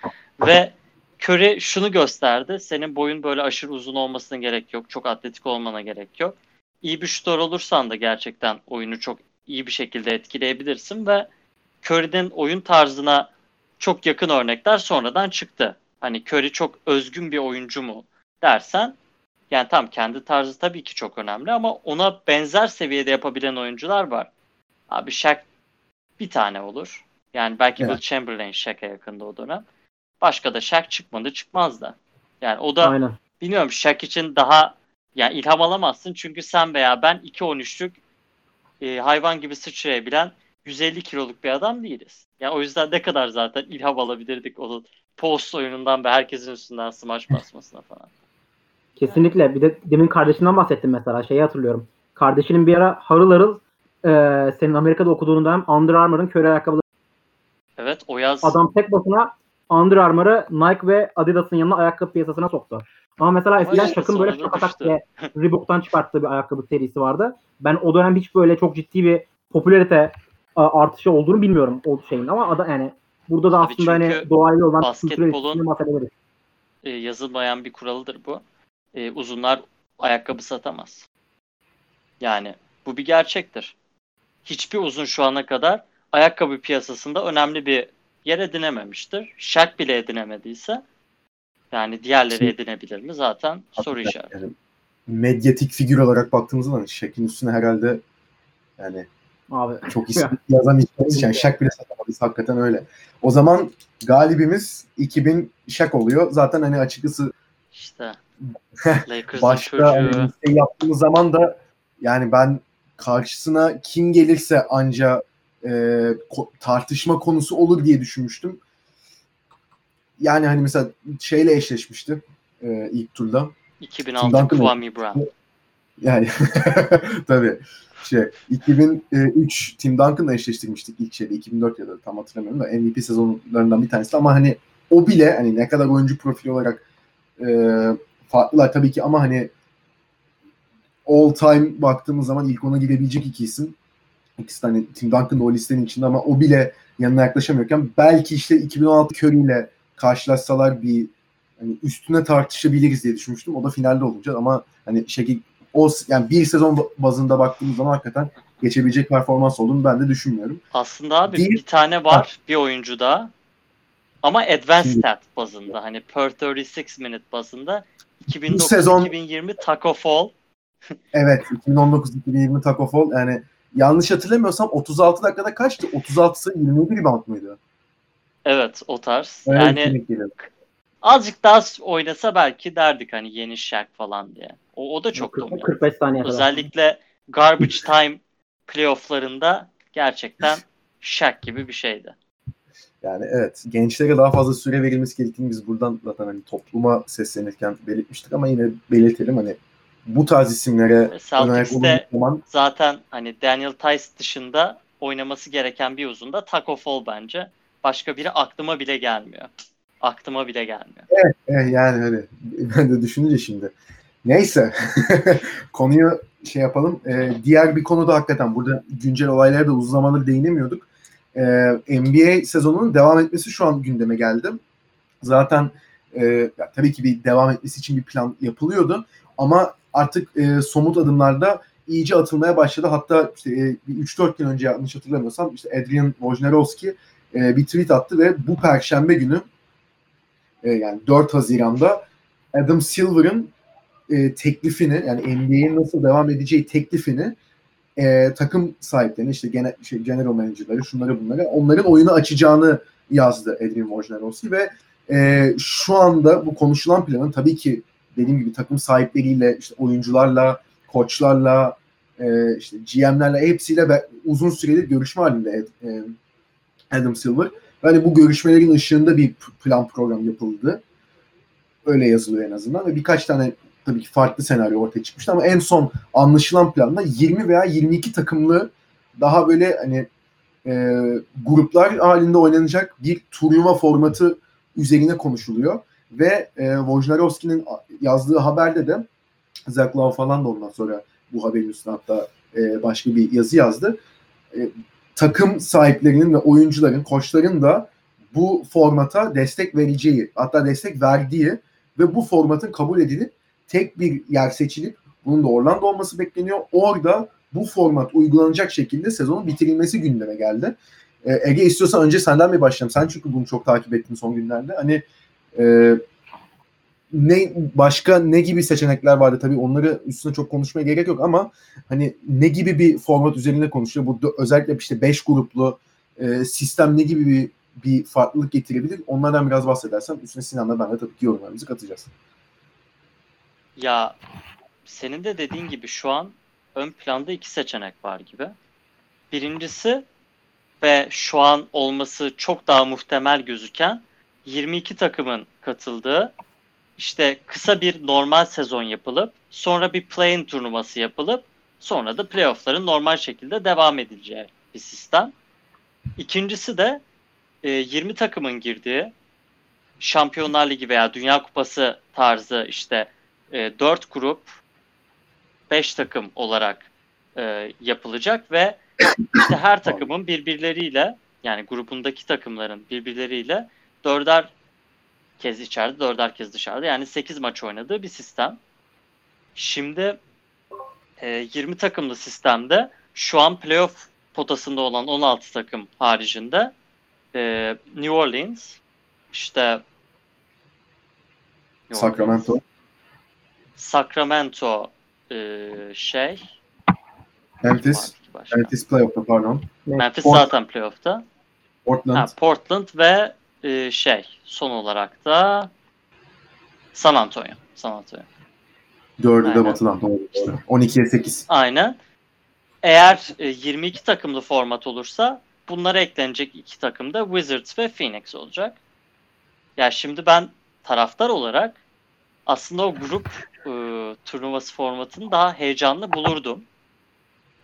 Ve Curry şunu gösterdi. Senin boyun böyle aşırı uzun olmasına gerek yok. Çok atletik olmana gerek yok. İyi bir şutör olursan da gerçekten oyunu çok iyi bir şekilde etkileyebilirsin ve Curry'nin oyun tarzına çok yakın örnekler sonradan çıktı. Hani Curry çok özgün bir oyuncu mu dersen yani tam kendi tarzı tabii ki çok önemli ama ona benzer seviyede yapabilen oyuncular var. Abi Shaq bir tane olur. Yani belki Will Chamberlain Shaq'a yakında o dönem. Başka da Shaq çıkmaz da. Yani o da aynen. Bilmiyorum Shaq için daha yani ilham alamazsın çünkü sen veya ben 2-13'lük hayvan gibi sıçrayabilen 150 kiloluk bir adam değiliz. Yani o yüzden ne kadar zaten ilham alabilirdik onun post oyunundan ve herkesin üstünden smaç basmasına falan. Kesinlikle. Bir de demin kardeşinden bahsettim mesela. Şeyi hatırlıyorum. Kardeşinin bir ara harıl harıl senin Amerika'da okuduğun dönem Under Armour'ın Curry ayakkabıları. Evet o yaz. Adam tek başına Under Armour'ı Nike ve Adidas'ın yanına ayakkabı piyasasına soktu. Ama mesela eskiden Shaq'ın böyle Şakatak diye Reebok'tan çıkarttığı bir ayakkabı serisi vardı. Ben o dönem hiç böyle çok ciddi bir popülarite artışı olduğunu bilmiyorum o şeyin ama yani burada da abi aslında hani doğayla olan basketbolun yazılmayan bir kuralıdır bu. Uzunlar ayakkabı satamaz. Yani bu bir gerçektir. Hiçbir uzun şu ana kadar ayakkabı piyasasında önemli bir yer edinememiştir. Shaq bile edinemediyse yani diğerleri edinebilir mi zaten soru işareti. Yani medyatik figür olarak baktığımız zaman Shaq'in üstüne herhalde yani abi çok isim yazan hiç yani Shaq bile satamadıysa hakikaten öyle. O zaman galibimiz 2000 Shaq oluyor. Zaten hani açıkçası işte başka hani yaptığımız zaman da yani ben karşısına kim gelirse anca tartışma konusu olur diye düşünmüştüm. Yani hani mesela şeyle eşleşmişti ilk turda. 2006 Kwame Brown. Yani tabii. 2003 Tim Duncan'la eşleştirmiştik ilk şeyde. 2004 ya da tam hatırlamıyorum da MVP sezonlarından bir tanesi. Ama hani o bile hani ne kadar oyuncu profili olarak farklılar tabii ki ama hani all time baktığımız zaman ilk ona girebilecek iki isim. İkisi de hani Tim Duncan da o listenin içinde ama o bile yanına yaklaşamıyorken belki işte 2016 Curry ile karşılaşsalar bir hani üstüne tartışabiliriz diye düşünmüştüm. O da finalde olacak ama hani yani bir sezon bazında baktığımız zaman hakikaten geçebilecek performans olduğunu ben de düşünmüyorum. Aslında abi bir tane var bir oyuncu daha ama advanced stat bazında hani per 36 minute bazında 2019-2020 Taco Fall. Evet 2019-2020 Taco Fall yani yanlış hatırlamıyorsam 36 dakikada kaçtı? 36'sı 27 rebound muydu? Evet o tarz. Evet, yani azıcık daha oynasa belki derdik hani yeni Shaq falan diye. O da çok dominant. 45 saniye kadar. Özellikle garbage time playofflarında gerçekten Shaq gibi bir şeydi. Yani evet gençlere daha fazla süre verilmesi gerektiğini biz buradan zaten hani topluma seslenirken belirtmiştik ama yine belirtelim hani bu tarz isimlere Celtics'te zaten hani Daniel Tice dışında oynaması gereken bir uzun da Taco Fall bence. Başka biri aklıma bile gelmiyor. Evet yani öyle. Ben de düşününce şimdi. Neyse. Konuyu yapalım. Diğer bir konu da hakikaten burada güncel olaylara da uzun zamandır değinemiyorduk. NBA sezonunun devam etmesi şu an gündeme geldi. Zaten tabii ki bir devam etmesi için bir plan yapılıyordu. Ama artık somut adımlarda iyice atılmaya başladı. Hatta işte 3-4 gün önce yanlış hatırlamıyorsam işte Adrian Wojnarowski bir tweet attı ve bu perşembe günü yani 4 Haziran'da Adam Silver'ın teklifini yani NBA'nin nasıl devam edeceği teklifini takım sahiplerine işte general manager'ları şunları bunları onların oyunu açacağını yazdı Adrian Wojnarowski ve şu anda bu konuşulan planın tabii ki dediğim gibi takım sahipleriyle işte oyuncularla, koçlarla işte GM'lerle hepsiyle uzun süredir görüşme halinde Adam Silver. Yani bu görüşmelerin ışığında bir plan program yapıldı. Öyle yazılıyor en azından ve birkaç tane tabii ki farklı senaryo ortaya çıkmıştı ama en son anlaşılan planda 20 veya 22 takımlı daha böyle hani gruplar halinde oynanacak bir turnuva formatı üzerine konuşuluyor ve Wojnarowski'nin yazdığı haberde de Zach Lowe falan da ondan sonra bu haberin üstüne hatta başka bir yazı yazdı. Takım sahiplerinin ve oyuncuların, koçların da bu formata destek vereceği, hatta destek verdiği ve bu formatın kabul edilip tek bir yer seçilip bunun da Orlando olması bekleniyor. Orada bu format uygulanacak şekilde sezonun bitirilmesi gündeme geldi. Ege istiyorsan önce senden bir başlayalım. Sen çünkü bunu çok takip ettin son günlerde. Hani başka ne gibi seçenekler vardı? Tabii onları üstüne çok konuşmaya gerek yok ama hani ne gibi bir format üzerine konuşuyor? Bu özellikle işte 5 gruplu sistem ne gibi bir farklılık getirebilir? Onlardan biraz bahsedersem üstüne Sinan'la ben de tabii ki yorumlarımızı katacağız. Ya senin de dediğin gibi şu an ön planda 2 seçenek var gibi. Birincisi ve şu an olması çok daha muhtemel gözüken 22 takımın katıldığı işte kısa bir normal sezon yapılıp sonra bir play-in turnuvası yapılıp sonra da playoff'ların normal şekilde devam edileceği bir sistem. İkincisi de 20 takımın girdiği Şampiyonlar Ligi veya Dünya Kupası tarzı işte 4 grup 5 takım olarak yapılacak ve işte her takımın birbirleriyle yani grubundaki takımların birbirleriyle 4'er kez içeride 4'er kez dışarıda yani 8 maç oynadığı bir sistem. Şimdi 20 takımlı sistemde şu an playoff potasında olan 16 takım haricinde New Orleans işte Sacramento Memphis playoff'ta pardon. Memphis zaten playoff'ta. Portland ve son olarak da San Antonio. 4'ü de batıdan doğru. 12'ye 8. Aynen. Eğer 22 takımlı format olursa bunlara eklenecek 2 takım da Wizards ve Phoenix olacak. Ya şimdi ben taraftar olarak aslında o grup turnuvası formatını daha heyecanlı bulurdum.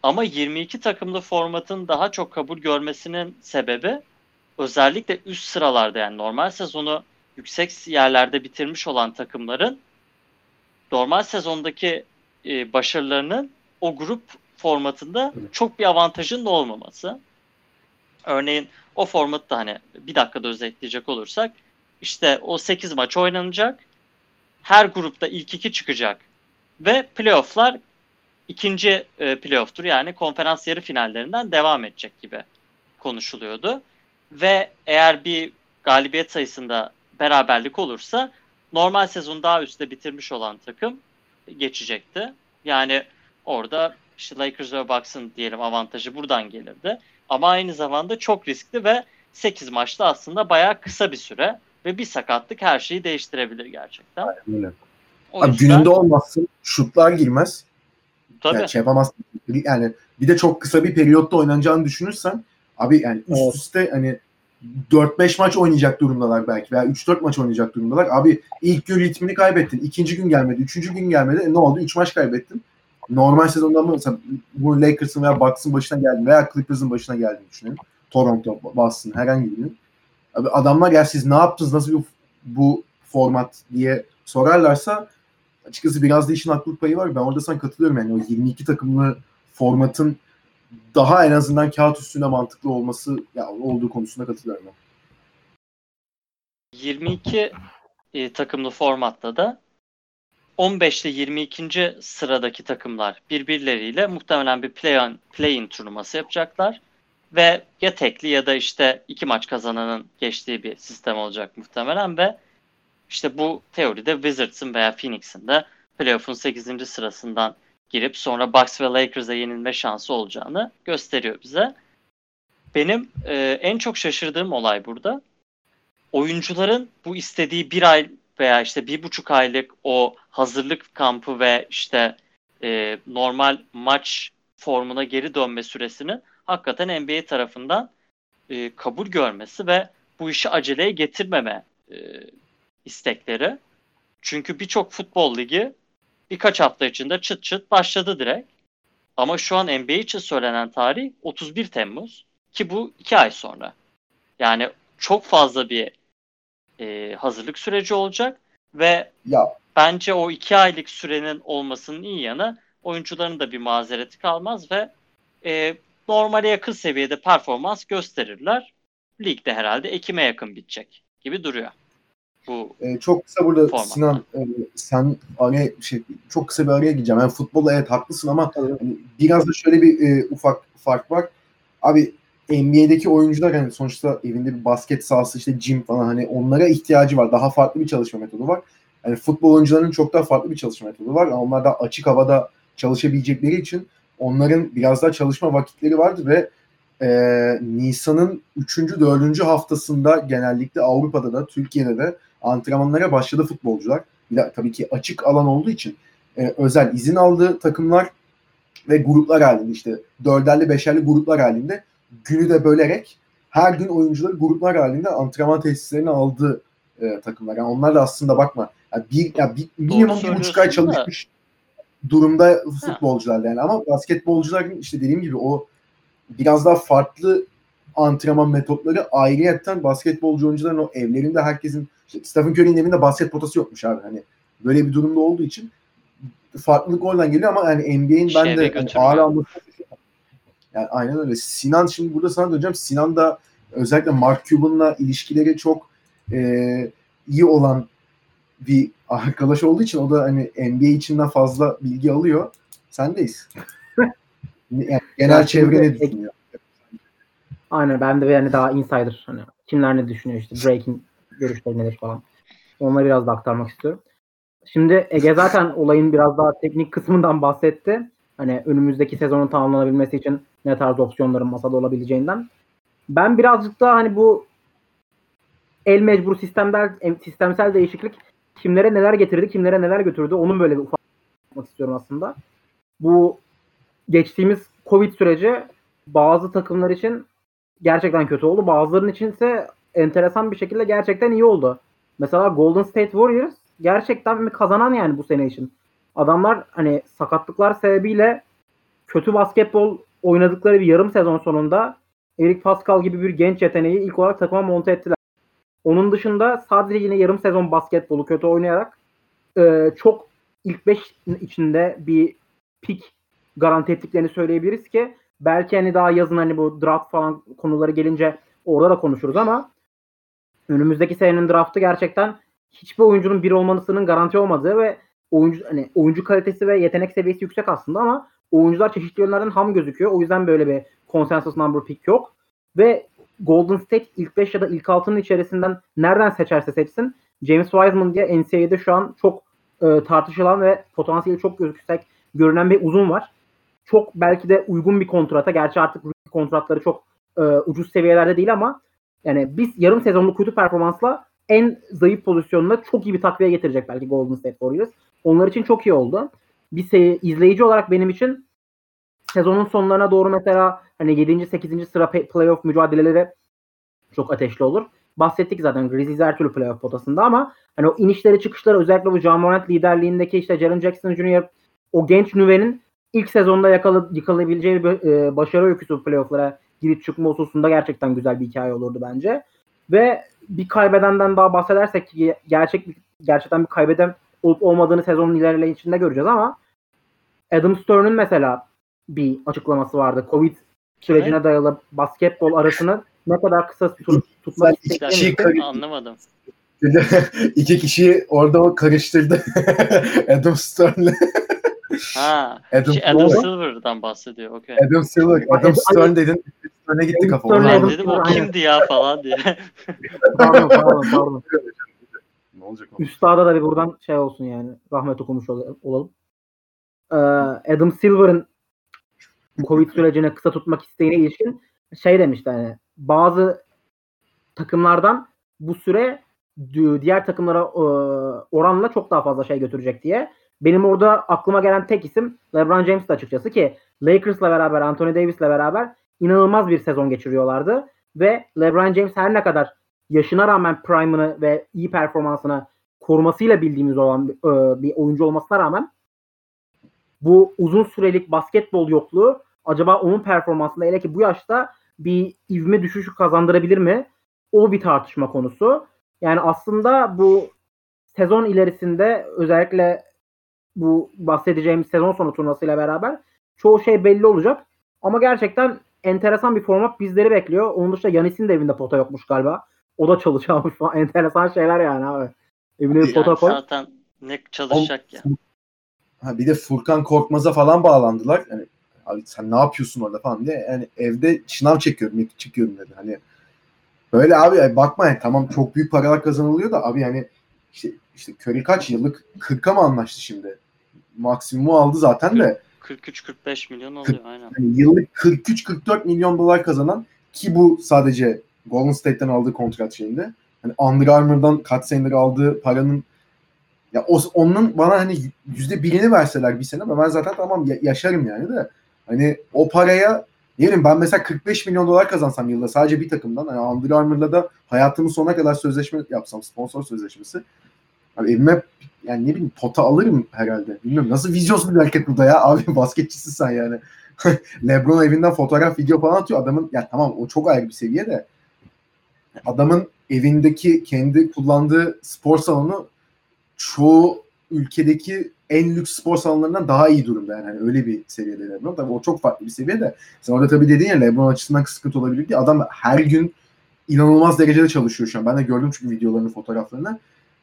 Ama 22 takımlı formatın daha çok kabul görmesinin sebebi özellikle üst sıralarda, yani normal sezonu yüksek yerlerde bitirmiş olan takımların normal sezondaki başarılarının o grup formatında çok bir avantajının olmaması. Örneğin o formatı da hani bir dakikada özetleyecek olursak, işte o 8 maç oynanacak. Her grupta ilk 2 çıkacak. Ve playoff'lar ikinci playoff'tur. Yani konferans yarı finallerinden devam edecek gibi konuşuluyordu. Ve eğer bir galibiyet sayısında beraberlik olursa normal sezon daha üstte bitirmiş olan takım geçecekti. Yani orada işte Lakers ve Bucks'ın diyelim avantajı buradan gelirdi. Ama aynı zamanda çok riskli ve 8 maçta aslında bayağı kısa bir süre ve bir sakatlık her şeyi değiştirebilir gerçekten. Öyle. Abi yüzden, gününde olmazsın, şutlar girmez. Tabii. Yani şey yapamazsın. Yani bir de çok kısa bir periyotta oynanacağını düşünürsen abi yani üst üste hani 4-5 maç oynayacak durumdalar belki veya 3-4 maç oynayacak durumdalar. Abi ilk gün ritmini kaybettin. İkinci gün gelmedi. Üçüncü gün gelmedi. Ne oldu? 3 maç kaybettin. Normal sezonda mı mesela bu Lakers'ın veya Bucks'ın başına geldi veya Clippers'ın başına geldiğini düşünelim. Toronto, Boston herhangi birinin. Abi adamlar ya siz ne yaptınız? Nasıl bu format diye sorarlarsa açıkçası biraz da işin haklılık payı var. Ben orada sana katılıyorum yani o 22 takımlı formatın daha en azından kağıt üstünde mantıklı olması olduğu konusunda katılıyorum. 22 takımlı formatta da 15 ile 22. sıradaki takımlar birbirleriyle muhtemelen bir play-in turnuvası yapacaklar. Ve ya tekli ya da işte 2 maç kazananın geçtiği bir sistem olacak muhtemelen ve işte bu teoride Wizards'ın veya Phoenix'in de playoff'un 8. sırasından girip sonra Bucks ve Lakers'a yenilme şansı olacağını gösteriyor bize. Benim en çok şaşırdığım olay burada. Oyuncuların bu istediği 1 ay veya işte 1,5 aylık o hazırlık kampı ve işte normal maç formuna geri dönme süresinin hakikaten NBA tarafından kabul görmesi ve bu işi aceleye getirmeme istekleri. Çünkü birçok futbol ligi birkaç hafta içinde çıt çıt başladı direkt. Ama şu an NBA için söylenen tarih 31 Temmuz ki bu 2 ay sonra. Yani çok fazla bir hazırlık süreci olacak ve bence o 2 aylık sürenin olmasının iyi yanı oyuncuların da bir mazereti kalmaz ve normale yakın seviyede performans gösterirler. Ligde herhalde Ekim'e yakın bitecek gibi duruyor. Bu çok kısa burada formatta. Sinan sen çok kısa bir araya gireceğim. Yani futbolda evet haklısın ama hani biraz da şöyle bir ufak fark var. Abi NBA'deki oyuncular hani sonuçta evinde bir basket sahası işte gym falan hani onlara ihtiyacı var. Daha farklı bir çalışma metodu var. Yani futbol oyuncularının çok daha farklı bir çalışma metodu var. Onlar da açık havada çalışabilecekleri için onların biraz daha çalışma vakitleri vardı ve Nisan'ın 3. 4. haftasında genellikle Avrupa'da da Türkiye'de de antrenmanlara başladı futbolcular. Bir de tabii ki açık alan olduğu için özel izin aldığı takımlar ve gruplar halinde işte 4'erli 5'erli gruplar halinde günü de bölerek her gün oyuncuları gruplar halinde antrenman tesislerine aldığı takımlar. Yani onlar da aslında bakma minimum 1,5 ay çalışmış durumda futbolcular yani ama basketbolcuların işte dediğim gibi o biraz daha farklı antrenman metotları ayrıyetten basketbolcu oyuncuların o evlerinde herkesin işte Stephen Curry'nin evinde basket potası yokmuş abi. Hani böyle bir durumda olduğu için farklılık oradan geliyor ama yani NBA'in ben de hani ağır alması yani aynen öyle. Sinan şimdi burada sana döneceğim. Sinan da özellikle Mark Cuban'la ilişkileri çok iyi olan bir arkadaş olduğu için o da hani NBA içinden fazla bilgi alıyor. Sendeyiz. Yani genel çevre ne düşünüyor? Aynen ben de yani daha insider hani kimler ne düşünüyor işte breaking görüşleri nedir falan. Onları biraz da aktarmak istiyorum. Şimdi Ege zaten olayın biraz daha teknik kısmından bahsetti. Hani önümüzdeki sezonun tamamlanabilmesi için ne tarz opsiyonların masada olabileceğinden. Ben birazcık daha hani bu el mecbur sistemsel değişiklik kimlere neler getirdi, kimlere neler götürdü onun böyle bir ufak yapmak istiyorum aslında. Bu geçtiğimiz Covid süreci bazı takımlar için gerçekten kötü oldu. Bazılarının için ise enteresan bir şekilde gerçekten iyi oldu. Mesela Golden State Warriors gerçekten kazanan yani bu sene için. Adamlar hani sakatlıklar sebebiyle kötü basketbol oynadıkları bir yarım sezon sonunda Eric Pascal gibi bir genç yeteneği ilk olarak takıma monte ettiler. Onun dışında sadece yine yarım sezon basketbolu kötü oynayarak çok ilk 5 içinde bir pik garanti ettiklerini söyleyebiliriz ki belki hani daha yazın hani bu draft falan konuları gelince orada da konuşuruz ama önümüzdeki senenin draftı gerçekten hiçbir oyuncunun bir olmasının garanti olmadığı ve oyuncu kalitesi ve yetenek seviyesi yüksek aslında ama oyuncular çeşitli yönlerden ham gözüküyor. O yüzden böyle bir consensus number pick yok. Ve Golden State ilk 5 ya da ilk 6'nın içerisinden nereden seçerse seçsin James Wiseman diye NCAA'de şu an çok tartışılan ve potansiyeli çok yüksek görünen bir uzun var. Çok belki de uygun bir kontrata. Gerçi artık kontratları çok ucuz seviyelerde değil ama yani biz yarım sezonluk kötü performansla en zayıf pozisyonuna çok iyi bir takviye getirecek belki Golden State Warriors. Onlar için çok iyi oldu. Bir izleyici olarak benim için sezonun sonlarına doğru mesela hani 7. 8. sıra playoff mücadeleleri çok ateşli olur. Bahsettik zaten Grizzlies her türlü playoff potasında ama hani o inişleri çıkışları özellikle bu Ja Morant liderliğindeki işte Jaren Jackson Jr. o genç nüvenin ilk sezonda yakalayabileceği bir başarı öyküsü playoff'lara girip çıkma hususunda gerçekten güzel bir hikaye olurdu bence. Ve bir kaybedenden daha bahsedersek ki gerçekten bir kaybeden olup olmadığını sezonun ilerleyişinde göreceğiz ama Adam Stern'ın mesela bir açıklaması vardı. Covid sürecine dayalı basketbol arasını ne kadar kısa tutmak istediğini anlamadım. 2 kişiyi orada karıştırdı. Adam Stern'le. Adam Silver'dan bahsediyor. Okay. Adam Stern dedin. Stern'e gitti kafa. Ben dedim o kimdi ya falan diye. Pardon. Ne olacak o? Üstada da bir buradan şey olsun yani. Rahmet okumuş olalım. Adam Silver'ın Covid sürecine kısa tutmak isteğine ilişkin şey demişti hani bazı takımlardan bu süre diğer takımlara oranla çok daha fazla şey götürecek diye. Benim orada aklıma gelen tek isim LeBron James'ti açıkçası ki Lakers'la beraber Anthony Davis'le beraber inanılmaz bir sezon geçiriyorlardı ve LeBron James her ne kadar yaşına rağmen prime'ını ve iyi performansını korumasıyla bildiğimiz olan bir oyuncu olmasına rağmen bu uzun sürelik basketbol yokluğu acaba onun performansında hele ki bu yaşta bir ivme düşüşü kazandırabilir mi? O bir tartışma konusu. Yani aslında bu sezon ilerisinde özellikle bu bahsedeceğimiz sezon sonu turnuvasıyla beraber çoğu şey belli olacak. Ama gerçekten enteresan bir format bizleri bekliyor. Onun dışında Yanis'in de evinde pota yokmuş galiba. O da çalışıyormuş falan. Enteresan şeyler yani abi. Evine bir pota koy. Zaten ne çalışacak ya. Bir de Furkan Korkmaz'a falan bağlandılar. Yani abi sen ne yapıyorsun orada falan diye. Yani evde şınav çekiyorum, çıkıyorum dedi. Hani böyle abi bakma yani tamam çok büyük paralar kazanılıyor da abi yani işte Curry kaç yıllık 40'a mı anlaştı şimdi? Maksimumu aldı zaten de. 43-45 milyon oluyor aynen. Yani yıllık 43-44 milyon dolar kazanan ki bu sadece Golden State'ten aldığı kontrat şeyinde. Hani Under Armour'dan kaç senedir aldığı paranın ya onun bana hani %1'ini verseler bir sene ben zaten tamam yaşarım yani de hani o paraya diyelim ben mesela 45 milyon dolar kazansam yılda sadece bir takımdan hani Under Armour'la da hayatımın sonuna kadar sözleşme yapsam sponsor sözleşmesi abi evime yani ne bileyim pota alırım herhalde. Bilmiyorum nasıl vizyonsuz bir hareket bu da ya abi basketçisin sen yani. LeBron evinden fotoğraf video falan atıyor adamın ya tamam o çok ayrı bir seviye de adamın evindeki kendi kullandığı spor salonu çoğu ülkedeki en lüks spor salonlarından daha iyi durumda yani hani öyle bir seviyede LeBron. Tabii o çok farklı bir seviyede. Sen orada tabii dedin ya LeBron açısından sıkıntı olabilir diye adam her gün inanılmaz derecede çalışıyor şu an. Ben de gördüm çünkü videolarını, fotoğraflarını.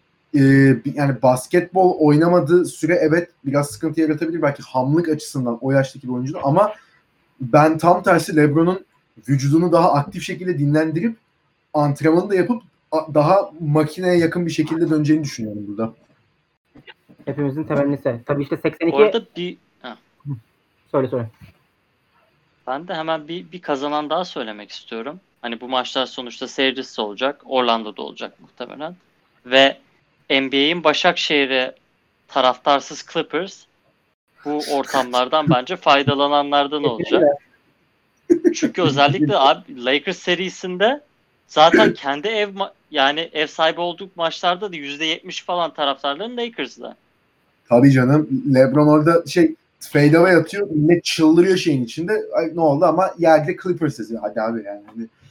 Yani basketbol oynamadığı süre evet biraz sıkıntı yaratabilir belki hamlık açısından o yaştaki bir oyuncu ama ben tam tersi LeBron'un vücudunu daha aktif şekilde dinlendirip antrenmanı da yapıp daha makineye yakın bir şekilde döneceğini düşünüyorum burada. Hepimizin temennisi. Tabii işte 82... Orada bir... Söyle. Ben de hemen bir kazanan daha söylemek istiyorum. Hani bu maçlar sonuçta seyircisi olacak. Orlando'da olacak muhtemelen. Ve NBA'in Başakşehir'i taraftarsız Clippers bu ortamlardan bence faydalananlardan olacak. Çünkü özellikle abi Lakers serisinde zaten kendi ev sahibi olduk maçlarda da %70 falan taraftarların Lakers'da. Tabii canım. LeBron orada fadeaway atıyor. Millet çıldırıyor şeyin içinde. Ay, ne oldu ama yerde Clippers yazıyor. Hadi abi yani.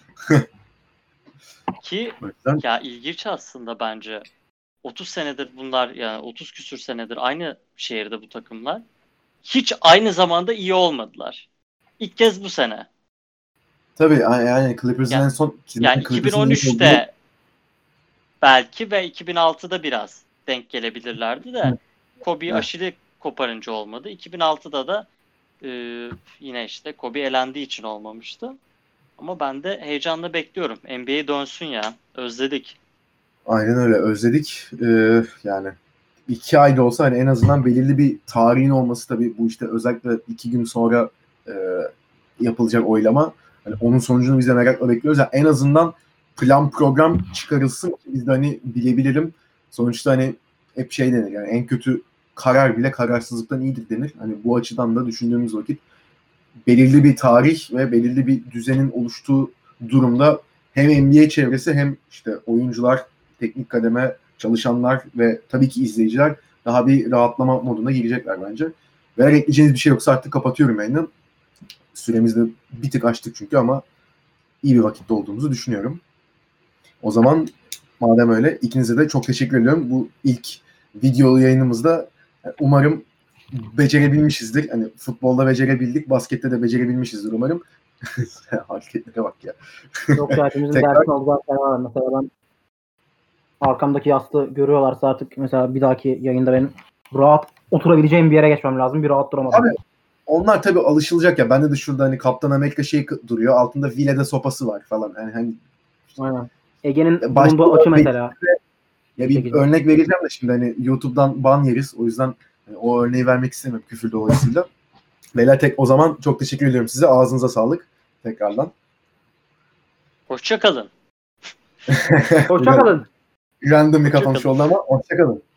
Ki ya ilginç aslında bence. 30 senedir bunlar, yani 30 küsür senedir aynı şehirde bu takımlar. Hiç aynı zamanda iyi olmadılar. İlk kez bu sene. Tabii yani Clippers'ın en son yani 2013'te belki ve 2006'da biraz denk gelebilirlerdi de Kobe aşırı koparınca olmadı. 2006'da da yine işte Kobe elendiği için olmamıştı. Ama ben de heyecanla bekliyorum. NBA dönsün ya. Özledik. Aynen öyle. Özledik. Yani 2 ayda olsa hani en azından belirli bir tarihin olması, tabii bu işte özellikle 2 gün sonra yapılacak oylama. Hani onun sonucunu biz de merakla bekliyoruz. Yani en azından plan program çıkarılsın ki biz de hani bilebilirim. Sonuçta hani hep şey denir yani, en kötü karar bile kararsızlıktan iyidir denir. Hani bu açıdan da düşündüğümüz vakit belirli bir tarih ve belirli bir düzenin oluştuğu durumda hem NBA çevresi hem işte oyuncular, teknik kademe, çalışanlar ve tabii ki izleyiciler daha bir rahatlama moduna girecekler bence. Ve ekleyeceğiniz bir şey yoksa artık kapatıyorum yayını. Süremizi de bir tık açtık çünkü ama iyi bir vakitte olduğumuzu düşünüyorum. O zaman madem öyle, ikinize de çok teşekkür ediyorum. Bu ilk videolu yayınımızda umarım becerebilmişizdir. Hani futbolda becerebildik, baskette de becerebilmişizdir umarım. Hareketlere bak ya. Yok ya, hepimizin dersi oldu zaten. Mesela ben arkamdaki yastığı görüyorlarsa artık mesela bir dahaki yayında benim rahat oturabileceğim bir yere geçmem lazım. Bir rahat duramadım. Abi onlar tabii alışılacak ya. Bende de şurada hani Kaptan Amerika şey duruyor. Altında Vile'de sopası var falan. Yani hani aynen. Ege'nin bulunduğu açı mesela. Ya bir örnek vereceğim de şimdi hani YouTube'dan ban yeriz. O yüzden hani o örneği vermek istemiyorum küfür dolayısıyla. Beyler o zaman çok teşekkür ediyorum size. Ağzınıza sağlık tekrardan. Hoşça kalın. Hoşça kalın. Random bir kafam şu oldu ama hoşça kalın.